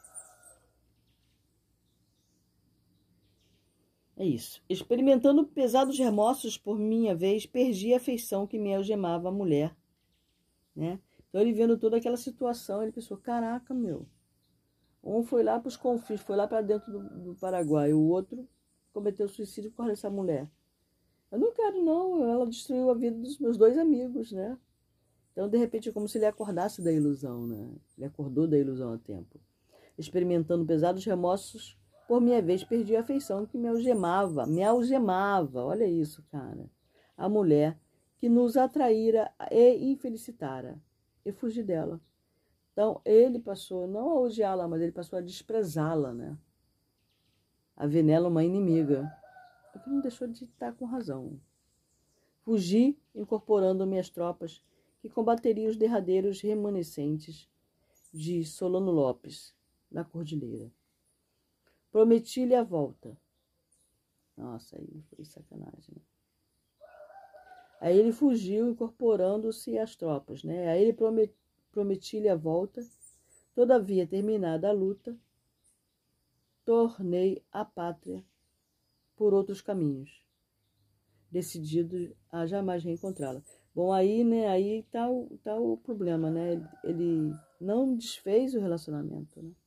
É isso. Experimentando pesados remorsos por minha vez, perdi a afeição que me algemava a mulher, né? Então ele vendo toda aquela situação, ele pensou, caraca, meu, um foi lá para os confins, foi lá para dentro do, do Paraguai, o outro cometeu suicídio por causa dessa mulher. Eu não quero não, ela destruiu a vida dos meus dois amigos, né? Então, de repente, é como se ele acordasse da ilusão, né? Ele acordou da ilusão a tempo. Experimentando pesados remorsos, por minha vez, perdi a afeição que me algemava, me algemava, olha isso, cara. A mulher que nos atraíra e infelicitara. Eu fugi dela. Então, ele passou, não a odiá-la, mas ele passou a desprezá-la, né? A ver nela uma inimiga. O que não deixou de estar com razão. Fugi, incorporando minhas tropas, que combateriam os derradeiros remanescentes de Solano Lopes, na Cordilheira. Prometi-lhe a volta. Nossa, aí foi sacanagem, né? Aí ele fugiu, incorporando-se às tropas, né? Aí ele promet, prometi-lhe a volta. Todavia, terminada a luta, tornei à pátria por outros caminhos, decidido a jamais reencontrá-la. Bom, aí, né, aí tá o, tá o problema, né? Ele, ele não desfez o relacionamento, né?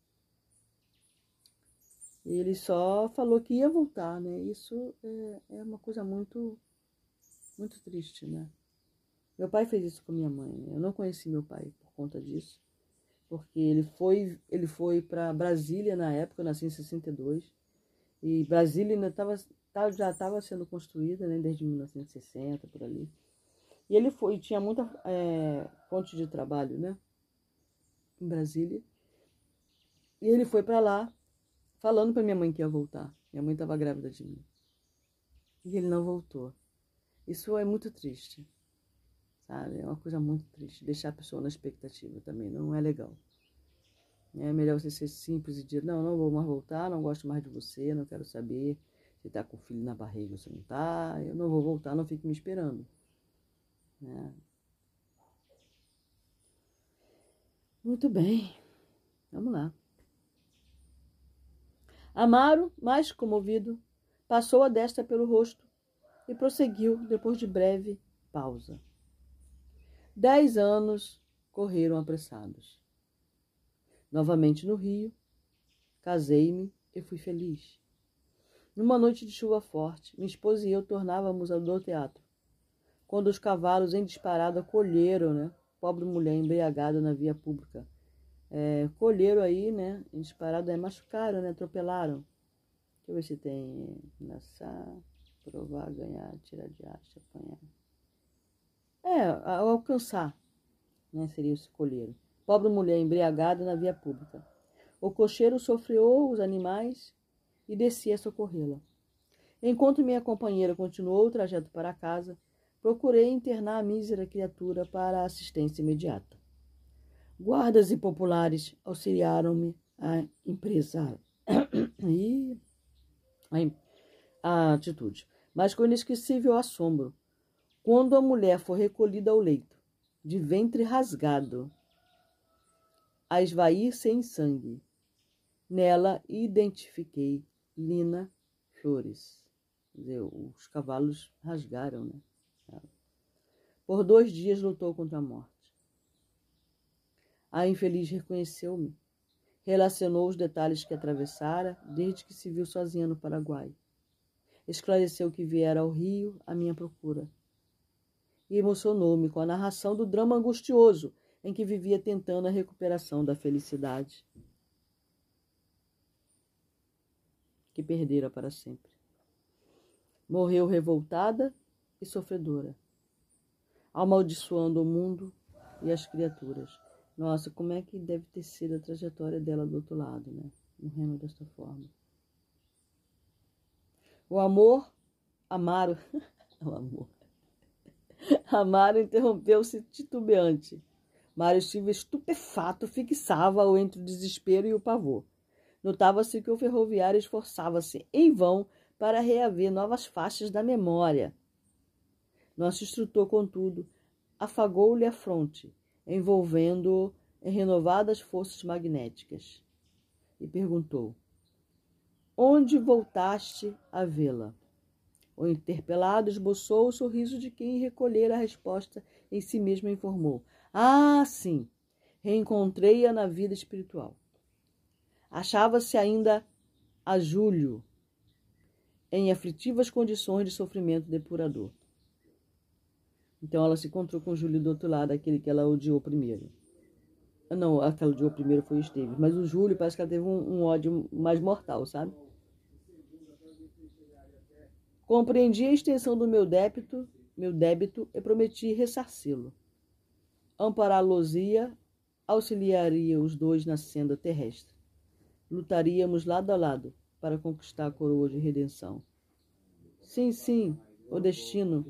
Ele só falou que ia voltar, né? Isso é, é uma coisa muito, muito triste, né? Meu pai fez isso com minha mãe. Né? Eu não conheci meu pai por conta disso, porque ele foi, ele foi para Brasília na época, eu nasci em sessenta e dois, e Brasília ainda tava, já estava sendo construída, né? Desde mil novecentos e sessenta, por ali. E ele foi, tinha muita é, fonte de trabalho, né? Em Brasília. E ele foi para lá, falando para minha mãe que ia voltar. Minha mãe estava grávida de mim. E ele não voltou. Isso é muito triste, sabe? É uma coisa muito triste. Deixar a pessoa na expectativa também não é legal. É melhor você ser simples e dizer, não, não vou mais voltar, não gosto mais de você, não quero saber. Você está com o filho na barriga, você não está. Eu não vou voltar, não fique me esperando. Né? Muito bem. Vamos lá. Amaro, mais comovido, passou a destra pelo rosto e prosseguiu depois de breve pausa. Dez anos correram apressados. Novamente no Rio, casei-me e fui feliz. Numa noite de chuva forte, minha esposa e eu tornávamos ao do teatro, quando os cavalos em disparada colheram, né, pobre mulher embriagada na via pública. É, colheram aí, né, em disparada, é, machucaram, né, atropelaram. Deixa eu ver se tem lançar, provar, ganhar, tirar de acha, apanhar. É, ao alcançar, né, seria o colheiro. Pobre mulher embriagada na via pública. O cocheiro sofreou os animais e descia a socorrê-la. Enquanto minha companheira continuou o trajeto para casa, procurei internar a mísera criatura para a assistência imediata. Guardas e populares auxiliaram-me a empresar e a, a atitude, mas com inesquecível assombro, quando a mulher foi recolhida ao leito, de ventre rasgado, a esvair-se em sangue. Nela identifiquei Lina Flores. Quer dizer, os cavalos rasgaram, né? Por dois dias lutou contra a morte. A infeliz reconheceu-me. Relacionou os detalhes que atravessara desde que se viu sozinha no Paraguai. Esclareceu que viera ao Rio à minha procura. E emocionou-me com a narração do drama angustioso em que vivia tentando a recuperação da felicidade. que perdera para sempre. Morreu revoltada e sofredora, amaldiçoando o mundo e as criaturas. Nossa, como é que deve ter sido a trajetória dela do outro lado, né? Morrendo desta forma. O amor, Amaro, o amor, Amaro interrompeu-se titubeante. Mário esteve estupefato, fixava-o entre o desespero e o pavor. Notava-se que o ferroviário esforçava-se em vão para reaver novas faixas da memória. Nosso instrutor, contudo, afagou-lhe a fronte, envolvendo-o em renovadas forças magnéticas, e perguntou: onde voltaste a vê-la? O interpelado esboçou o sorriso de quem recolhera a resposta em si mesmo e informou: ah, sim, reencontrei-a na vida espiritual. Achava-se ainda a Júlio, em aflitivas condições de sofrimento depurador. Então ela se encontrou com o Júlio do outro lado, aquele que ela odiou primeiro. Não, a que ela odiou primeiro foi o Esteves, mas o Júlio parece que ela teve um, um ódio mais mortal, sabe? Compreendi a extensão do meu débito, meu débito e prometi ressarci-lo. Ampará-los-ia, auxiliaria os dois na senda terrestre. Lutaríamos lado a lado para conquistar a coroa de redenção. Sim, sim, o destino.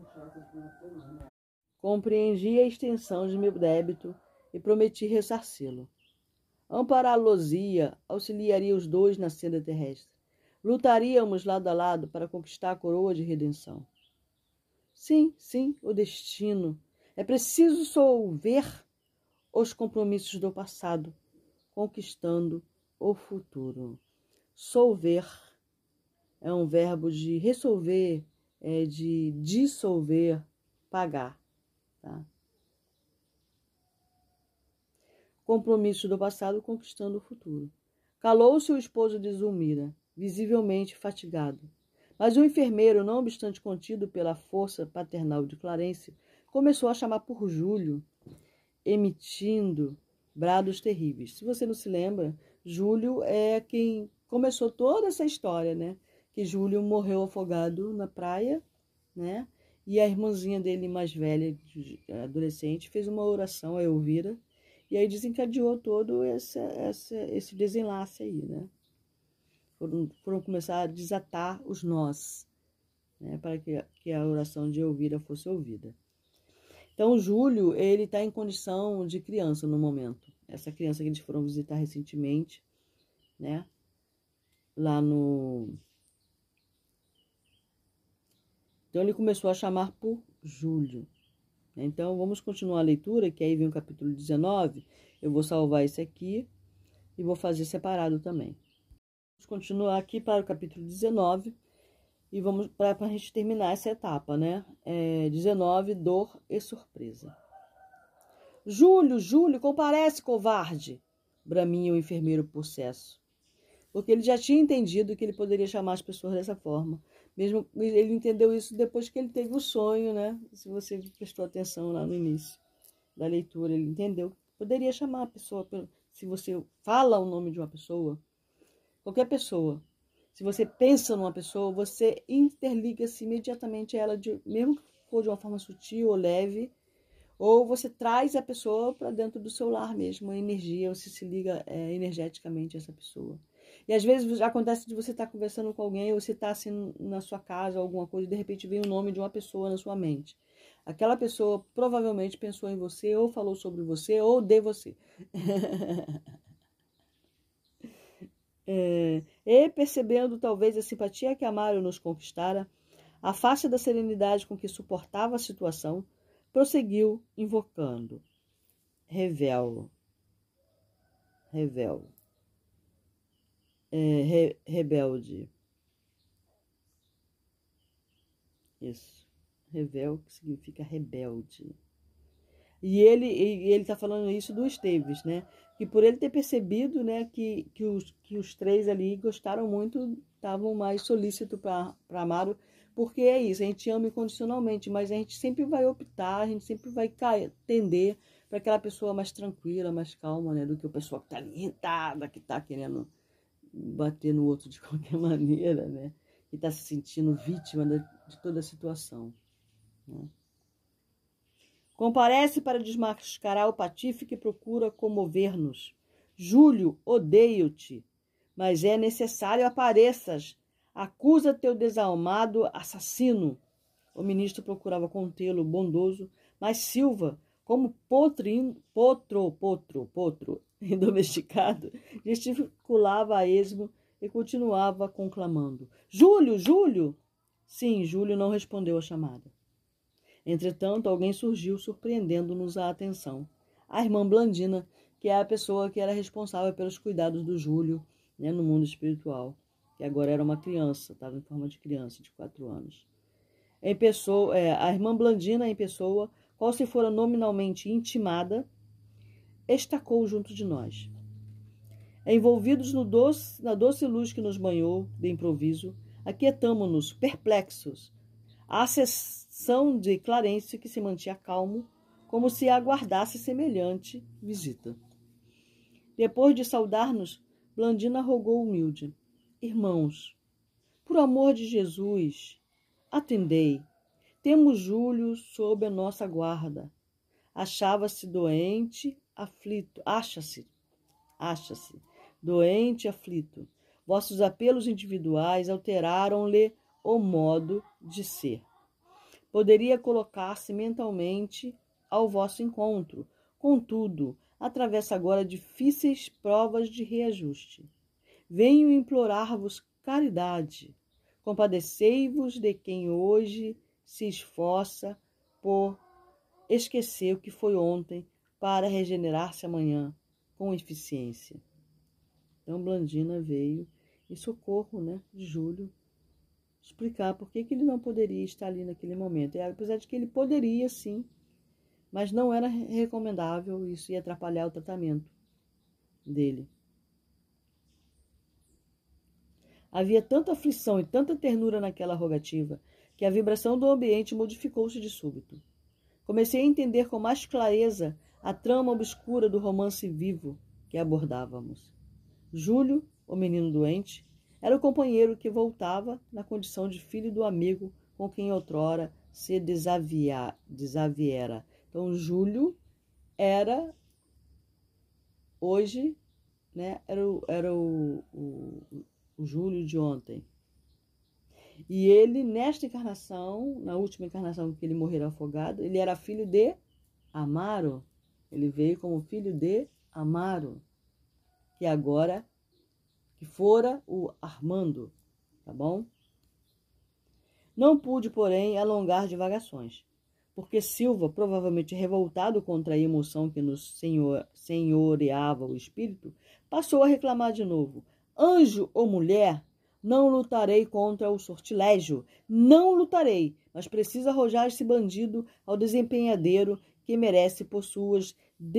Compreendi a extensão de meu débito e prometi ressarci-lo. Ampará-los-ia, auxiliaria os dois na senda terrestre. Lutaríamos lado a lado para conquistar a coroa de redenção. Sim, sim, o destino. É preciso solver os compromissos do passado, conquistando o futuro. Solver é um verbo de resolver, é de dissolver, pagar. Tá? Compromisso do passado, conquistando o futuro. Calou-se o esposo de Zulmira, visivelmente fatigado. Mas o enfermeiro, não obstante contido pela força paternal de Clarencio, começou a chamar por Júlio, emitindo brados terríveis. Se você não se lembra, Júlio é quem começou toda essa história, né? Que Júlio morreu afogado na praia, né? E a irmãzinha dele mais velha, adolescente, fez uma oração, a Elvira, e aí desencadeou todo esse, esse, esse desenlace aí, né? Foram, foram começar a desatar os nós, né? Para que, que a oração de Elvira fosse ouvida. Então, o Júlio, ele está em condição de criança no momento. Essa criança que eles foram visitar recentemente, né? Lá no... Então, ele começou a chamar por Júlio. Então, vamos continuar a leitura, que aí vem o capítulo dezenove. Eu vou salvar esse aqui e vou fazer separado também. Vamos continuar aqui para o capítulo dezenove e vamos para a gente terminar essa etapa, né? É, dezenove, dor e surpresa. Júlio, Júlio, comparece, covarde! Braminha o enfermeiro possesso. Porque ele já tinha entendido que ele poderia chamar as pessoas dessa forma. Mesmo ele entendeu isso depois que ele teve o sonho, né? Se você prestou atenção lá no início da leitura, ele entendeu que poderia chamar a pessoa, se você fala o nome de uma pessoa, qualquer pessoa, se você pensa numa pessoa, você interliga-se imediatamente a ela, de, mesmo que for de uma forma sutil ou leve, ou você traz a pessoa para dentro do seu lar mesmo, a energia, você se liga é, energeticamente a essa pessoa. E às vezes acontece de você estar tá conversando com alguém, ou você está assim na sua casa, alguma coisa, e de repente vem o nome de uma pessoa na sua mente. Aquela pessoa provavelmente pensou em você, ou falou sobre você, ou de você. é, e percebendo talvez a simpatia que Amaro nos conquistara, a face da serenidade com que suportava a situação, prosseguiu invocando. Revelo. Revelo. É, re, rebelde. Isso. Revel, que significa rebelde. E ele e ele está falando isso do Esteves, né? Que por ele ter percebido, né, que, que, os, que os três ali gostaram muito, estavam mais solícitos para Amaro, porque é isso, a gente ama incondicionalmente, mas a gente sempre vai optar, a gente sempre vai cair, tender para aquela pessoa mais tranquila, mais calma, né? Do que a pessoa que está ali irritada, que está querendo bater no outro de qualquer maneira, né? E está se sentindo vítima de toda a situação, né? Comparece para desmascarar o patife que procura comover-nos. Júlio, odeio-te, mas é necessário apareças. Acusa teu desalmado assassino. O ministro procurava contê-lo, bondoso, mas Silva, como potrin, potro, potro, potro, domesticado, gesticulava a esmo e continuava conclamando. Júlio, Júlio! Sim, Júlio não respondeu à chamada. Entretanto, alguém surgiu, surpreendendo-nos a atenção. A irmã Blandina, que é a pessoa que era responsável pelos cuidados do Júlio, né, no mundo espiritual, que agora era uma criança, estava em forma de criança, de quatro anos. Em pessoa, é, a irmã Blandina, em pessoa, qual se fora nominalmente intimada, estacou junto de nós. Envolvidos no doce, na doce luz que nos banhou, de improviso, aquietamo-nos, perplexos, à exceção de Clarence, que se mantinha calmo, como se aguardasse semelhante visita. Depois de saudar-nos, Blandina rogou humilde. Irmãos, por amor de Jesus, atendei. Temos Júlio sob a nossa guarda. Achava-se doente, aflito. Acha-se, acha-se, doente, aflito. Vossos apelos individuais alteraram-lhe o modo de ser. Poderia colocar-se mentalmente ao vosso encontro. Contudo, atravessa agora difíceis provas de reajuste. Venho implorar-vos caridade. Compadecei-vos de quem hoje se esforça por esquecer o que foi ontem para regenerar-se amanhã com eficiência. Então, Blandina veio em socorro, né, de Júlio, explicar por que, que ele não poderia estar ali naquele momento. E, apesar de que ele poderia, sim, mas não era recomendável, isso ia atrapalhar o tratamento dele. Havia tanta aflição e tanta ternura naquela rogativa que a vibração do ambiente modificou-se de súbito. Comecei a entender com mais clareza a trama obscura do romance vivo que abordávamos. Júlio, o menino doente, era o companheiro que voltava na condição de filho do amigo com quem outrora se desavia, desaviera. Então, Júlio era, hoje, né, era, o, era o, o, o Júlio de ontem. E ele, nesta encarnação, na última encarnação que ele morreu afogado, ele era filho de Amaro. Ele veio como filho de Amaro, que agora, que fora o Armando, tá bom? Não pude, porém, alongar divagações, porque Silva, provavelmente revoltado contra a emoção que nos senhor, senhoreava o espírito, passou a reclamar de novo. Anjo ou mulher, não lutarei contra o sortilégio, não lutarei, mas preciso arrojar esse bandido ao desempenhadeiro que merece por suas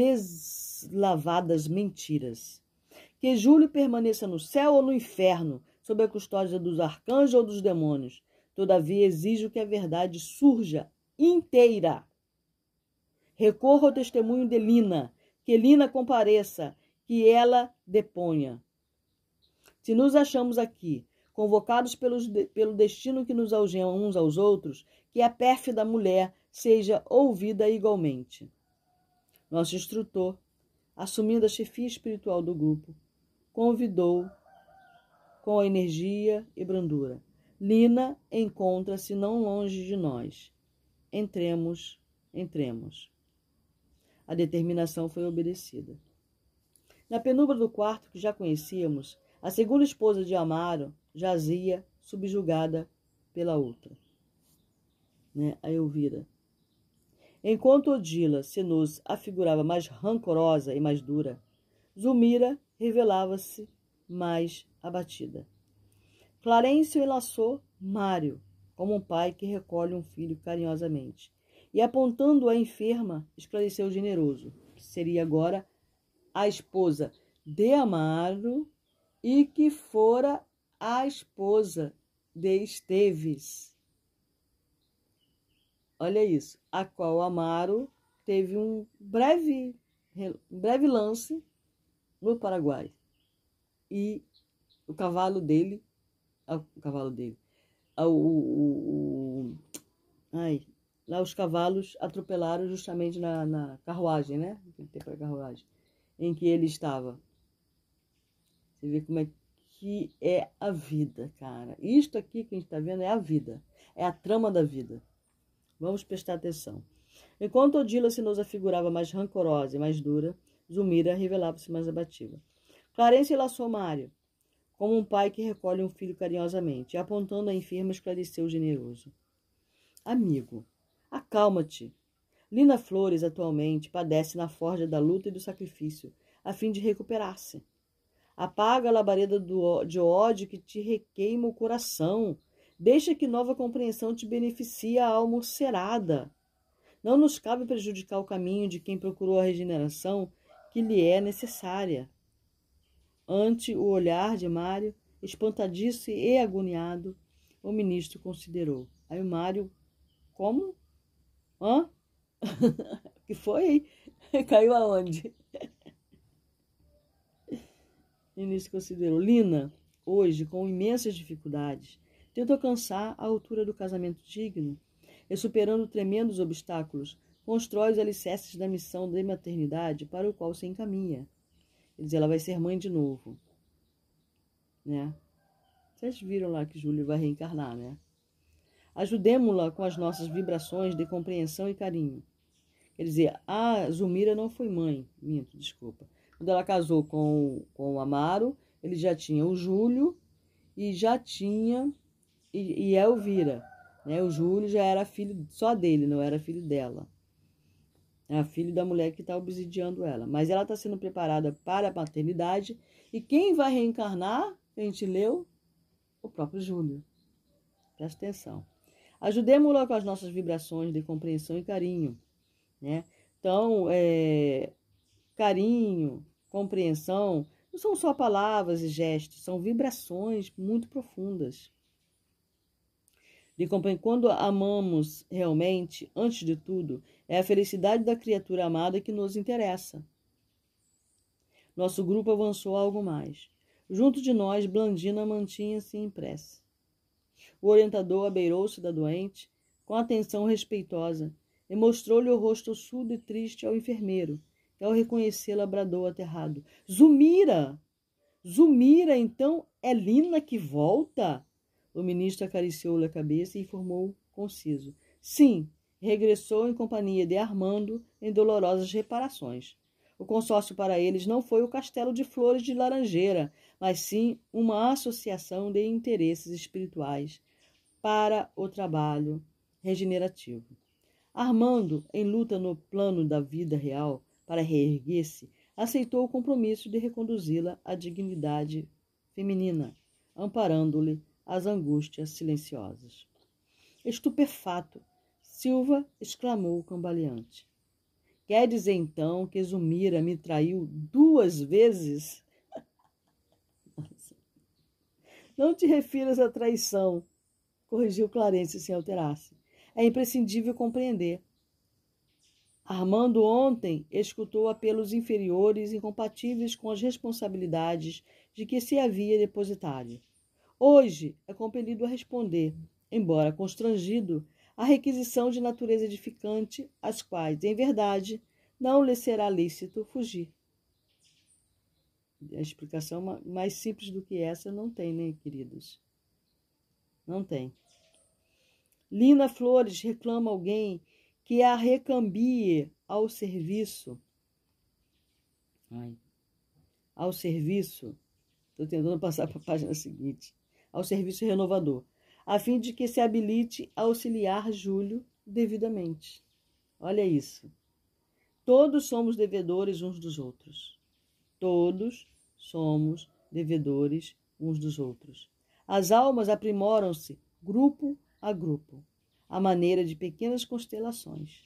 deslavadas mentiras. Que Júlio permaneça no céu ou no inferno, sob a custódia dos arcanjos ou dos demônios. Todavia, exijo que a verdade surja inteira. Recorro ao testemunho de Lina, que Lina compareça, que ela deponha. Se nos achamos aqui, convocados pelos, pelo destino que nos algema uns aos outros, que a pérfida mulher seja ouvida igualmente. Nosso instrutor, assumindo a chefia espiritual do grupo, convidou com a energia e brandura. Lina encontra-se não longe de nós. Entremos, entremos. A determinação foi obedecida. Na penumbra do quarto que já conhecíamos, a segunda esposa de Amaro jazia subjugada pela outra, né, a Elvira. Enquanto Odila se nos afigurava mais rancorosa e mais dura, Zulmira revelava-se mais abatida. Clarencio enlaçou Mário, como um pai que recolhe um filho carinhosamente, e apontando a enferma, esclareceu generoso, que seria agora a esposa de Amaro e que fora a esposa de Esteves. Olha isso, a qual Amaro teve um breve, um breve lance no Paraguai. E o cavalo dele, ah, o cavalo dele, ah, o, o, o, ai, lá os cavalos atropelaram justamente na, na carruagem, né? Naquele tempo era carruagem, em que ele estava. Você vê como é que é a vida, cara. Isto aqui que a gente está vendo é a vida, é a trama da vida. Vamos prestar atenção. Enquanto Odila se nos afigurava mais rancorosa e mais dura, Zulmira revelava-se mais abativa. Clarence laçou Mário, como um pai que recolhe um filho carinhosamente, e apontando a enferma, esclareceu generoso. Amigo, acalma-te. Lina Flores, atualmente, padece na forja da luta e do sacrifício, a fim de recuperar-se. Apaga a labareda do, de ódio que te requeima o coração. Deixa que nova compreensão te beneficie a alma ulcerada. Não nos cabe prejudicar o caminho de quem procurou a regeneração que lhe é necessária. Ante o olhar de Mário, espantadiço e agoniado, o ministro considerou. Aí o Mário, como? Hã? Que foi? Caiu aonde? O ministro considerou. Lina, hoje, com imensas dificuldades, tenta alcançar a altura do casamento digno e, superando tremendos obstáculos, constrói os alicerces da missão de maternidade para o qual se encaminha. Quer dizer, ela vai ser mãe de novo. Né? Vocês viram lá que Júlio vai reencarnar, né? Ajudemo-la com as nossas vibrações de compreensão e carinho. Quer dizer, a Zulmira não foi mãe, minto, desculpa. Quando ela casou com, com o Amaro, ele já tinha o Júlio e já tinha e, e Elvira. Né? O Júlio já era filho só dele, não era filho dela. É filho da mulher que está obsidiando ela. Mas ela está sendo preparada para a maternidade. E quem vai reencarnar, a gente leu, o próprio Júlio. Presta atenção. Ajudemos-la com as nossas vibrações de compreensão e carinho. Né? Então, é, carinho, compreensão, não são só palavras e gestos, são vibrações muito profundas. De quando amamos realmente, antes de tudo, é a felicidade da criatura amada que nos interessa. Nosso grupo avançou algo mais. Junto de nós, Blandina mantinha-se em prece. O orientador abeirou-se da doente com atenção respeitosa e mostrou-lhe o rosto surdo e triste ao enfermeiro, que ao reconhecê-la bradou aterrado. Zulmira! Zulmira, então é Lina que volta? O ministro acariciou-lhe a cabeça e informou conciso. Sim, regressou em companhia de Armando em dolorosas reparações. O consórcio para eles não foi o Castelo de Flores de Laranjeira, mas sim uma associação de interesses espirituais para o trabalho regenerativo. Armando, em luta no plano da vida real para reerguer-se, aceitou o compromisso de reconduzi-la à dignidade feminina, amparando-lhe as angústias silenciosas. Estupefato, Silva exclamou cambaleante. Quer dizer, então, que Zulmira me traiu duas vezes? Não te refiras à traição, corrigiu Clarence sem alterar-se. É imprescindível compreender. Armando ontem escutou apelos inferiores incompatíveis com as responsabilidades de que se havia depositado. Hoje é compelido a responder, embora constrangido, a requisição de natureza edificante, às quais, em verdade, não lhe será lícito fugir. A explicação mais simples do que essa não tem, né, queridos? Não tem. Lina Flores reclama alguém que a recambie ao serviço. Ai. Ao serviço. Estou tentando passar para a página seguinte. Ao serviço renovador, a fim de que se habilite a auxiliar Júlio devidamente. Olha isso. Todos somos devedores uns dos outros. Todos somos devedores uns dos outros. As almas aprimoram-se grupo a grupo, à maneira de pequenas constelações,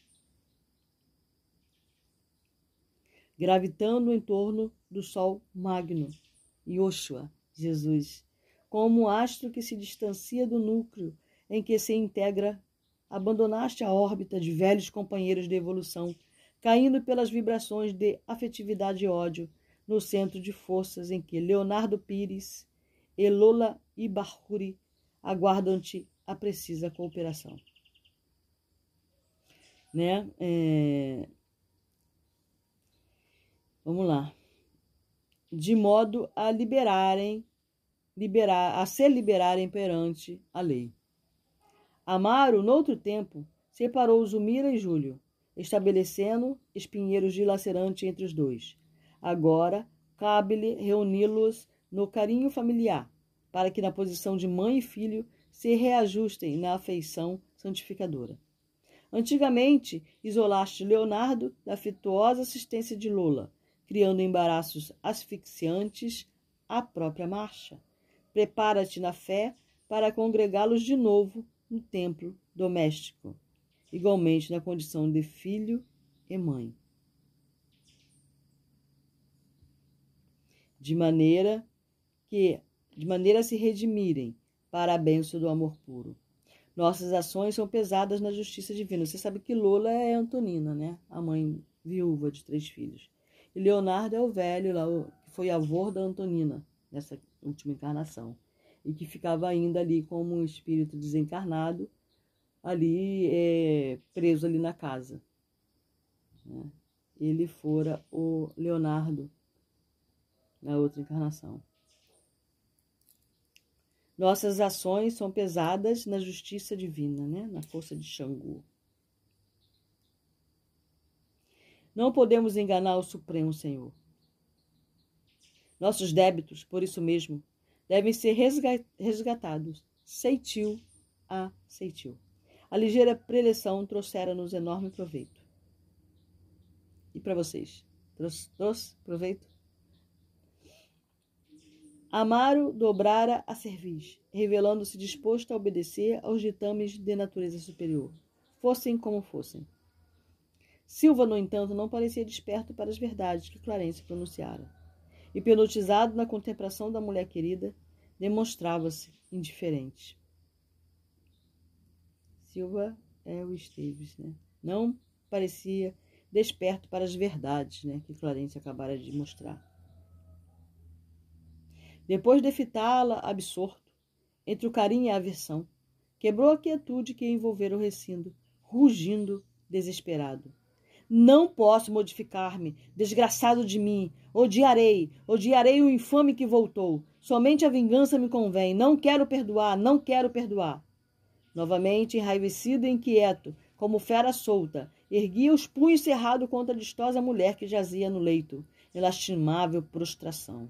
gravitando em torno do Sol Magno, Yoshua, Jesus, como um astro que se distancia do núcleo em que se integra. Abandonaste a órbita de velhos companheiros de evolução, caindo pelas vibrações de afetividade e ódio no centro de forças em que Leonardo Pires Elola e Bahuri aguardam-te a precisa cooperação. Né? É... Vamos lá. De modo a liberarem, liberar, a se liberarem perante a lei. Amaro, noutro tempo, separou Zumira e Júlio, estabelecendo espinheiros dilacerantes entre os dois. Agora, cabe-lhe reuni-los no carinho familiar, para que na posição de mãe e filho se reajustem na afeição santificadora. Antigamente, isolaste Leonardo da afetuosa assistência de Lola, criando embaraços asfixiantes à própria marcha. Prepara-te na fé para congregá-los de novo no templo doméstico, igualmente na condição de filho e mãe. De maneira que, de maneira a se redimirem para a bênção do amor puro. Nossas ações são pesadas na justiça divina. Você sabe que Lola é Antonina, né? A mãe viúva de três filhos. E Leonardo é o velho, lá, que foi avô da Antonina, nessa última encarnação. E que ficava ainda ali como um espírito desencarnado, ali é, preso ali na casa. Né? Ele fora o Leonardo na outra encarnação. Nossas ações são pesadas na justiça divina, né? Na força de Xangô. Não podemos enganar o Supremo Senhor. Nossos débitos, por isso mesmo, devem ser resgatados, ceitil a ceitil. A ligeira preleção trouxera-nos enorme proveito. E para vocês? Trouxe, trouxe proveito? Amaro dobrara a cerviz, revelando-se disposto a obedecer aos ditames de natureza superior, fossem como fossem. Silva, no entanto, não parecia desperto para as verdades que Clarence pronunciara. Hipnotizado na contemplação da mulher querida, demonstrava-se indiferente. Silva é o Esteves, né? Não parecia desperto para as verdades, né, que Clarence acabara de mostrar. Depois de fitá-la absorto, entre o carinho e a aversão, quebrou a quietude que envolvera o recinto, rugindo desesperado. Não posso modificar-me, desgraçado de mim. Odiarei, odiarei o infame que voltou. Somente a vingança me convém. Não quero perdoar, não quero perdoar. Novamente, enraivecido e inquieto, como fera solta, erguia os punhos cerrados contra a distosa mulher que jazia no leito, em lastimável prostração.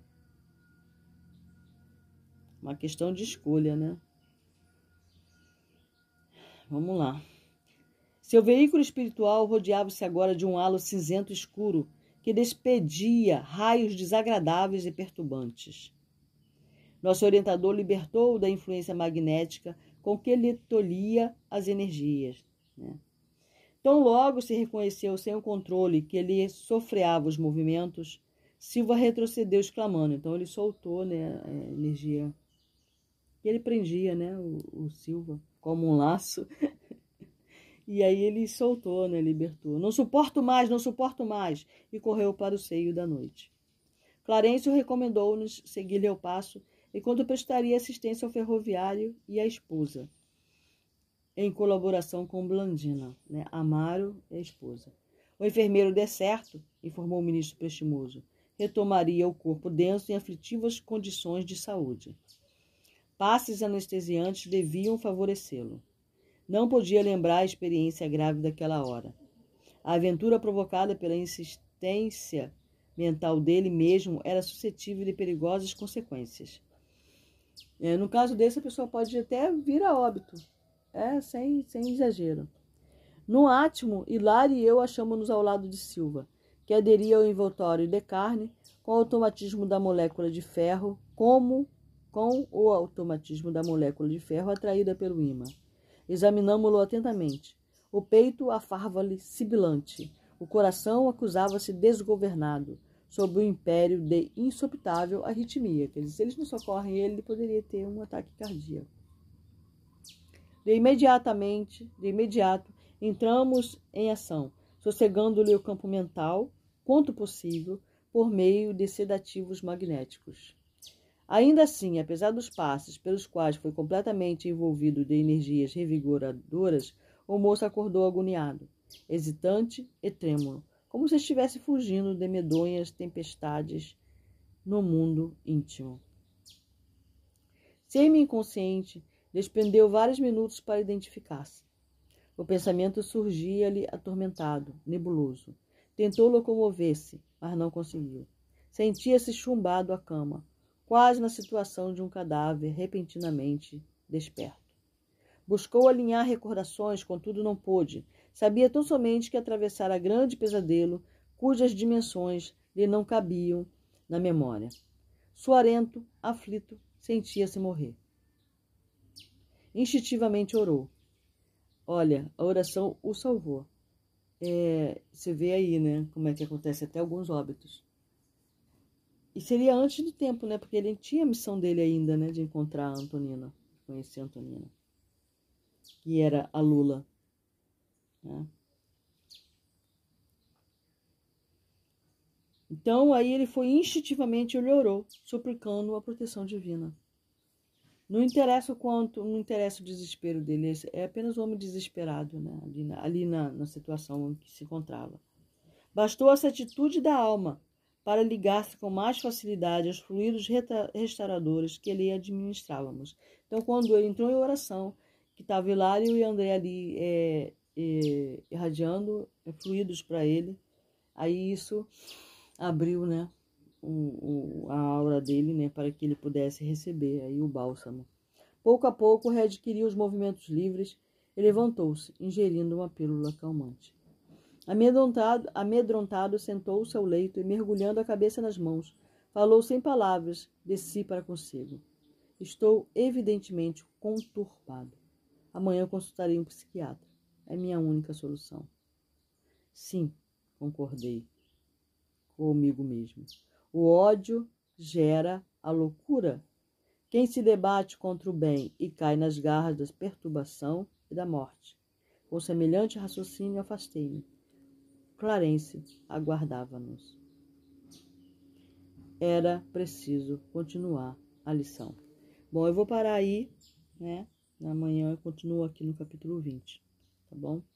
Uma questão de escolha, né? Vamos lá. Seu veículo espiritual rodeava-se agora de um halo cinzento escuro que despedia raios desagradáveis e perturbantes. Nosso orientador libertou-o da influência magnética com que lhe tolhia as energias. Né? Tão logo se reconheceu sem o controle que lhe sofreava os movimentos, Silva retrocedeu exclamando. Então ele soltou, né, a energia que ele prendia, né, o, o Silva como um laço. E aí ele soltou, né, libertou. Não suporto mais, não suporto mais. E correu para o seio da noite. Clarencio recomendou-nos seguir-lhe ao passo, enquanto prestaria assistência ao ferroviário e à esposa, em colaboração com Blandina, né? Amaro e a esposa. O enfermeiro, de certo, informou o ministro Prestimoso, retomaria o corpo denso em aflitivas condições de saúde. Passes anestesiantes deviam favorecê-lo. Não podia lembrar a experiência grave daquela hora. A aventura provocada pela insistência mental dele mesmo era suscetível de perigosas consequências. É, no caso desse, a pessoa pode até vir a óbito, é, sem, sem exagero. No átimo, Hilário e eu achamos-nos ao lado de Silva, que aderia ao envoltório de carne com o automatismo da molécula de ferro, como com o automatismo da molécula de ferro atraída pelo ímã. Examinamo-lo atentamente. O peito afarva-lhe sibilante. O coração acusava-se desgovernado, sob o império de insopitável arritmia. Quer dizer, se eles não socorrem ele, ele poderia ter um ataque cardíaco. De imediatamente, de imediato, entramos em ação, sossegando-lhe o campo mental, quanto possível, por meio de sedativos magnéticos. Ainda assim, apesar dos passes pelos quais foi completamente envolvido de energias revigoradoras, o moço acordou agoniado, hesitante e trêmulo, como se estivesse fugindo de medonhas tempestades no mundo íntimo. Semi-inconsciente, despendeu vários minutos para identificar-se. O pensamento surgia-lhe atormentado, nebuloso. Tentou locomover-se, mas não conseguiu. Sentia-se chumbado à cama, quase na situação de um cadáver repentinamente desperto. Buscou alinhar recordações, contudo não pôde. Sabia tão somente que atravessara grande pesadelo, cujas dimensões lhe não cabiam na memória. Suarento, aflito, sentia-se morrer. Instintivamente orou. Olha, a oração o salvou. É, você vê aí, né, como é que acontece até alguns óbitos. E seria antes do tempo, né, porque ele tinha a missão dele ainda, né, de encontrar a Antonina, conhecer a Antonina, que era a Lula, né. Então, aí ele foi instintivamente, ele orou, suplicando a proteção divina. Não interessa o quanto, não interessa o desespero dele, é apenas um homem desesperado, né? ali, na, ali na, na situação em que se encontrava. Bastou essa atitude da alma para ligar-se com mais facilidade aos fluidos restauradores que ele administrávamos. Então, quando ele entrou em oração, que estava Hilário e André ali é, é, irradiando é, fluidos para ele, aí isso abriu, né? O, o, a aura dele, né, para que ele pudesse receber aí o bálsamo. Pouco a pouco readquiriu os movimentos livres e levantou-se, ingerindo uma pílula calmante. Amedrontado, amedrontado sentou-se ao leito e, mergulhando a cabeça nas mãos, falou sem palavras de si para consigo. Estou evidentemente conturbado. Amanhã consultarei um psiquiatra. É minha única solução. Sim, concordei comigo mesmo. O ódio gera a loucura. Quem se debate contra o bem e cai nas garras da perturbação e da morte. Com semelhante raciocínio, afastei-me. Clarence aguardava-nos. Era preciso continuar a lição. Bom, eu vou parar aí, né? Amanhã eu continuo aqui no capítulo vinte, tá bom?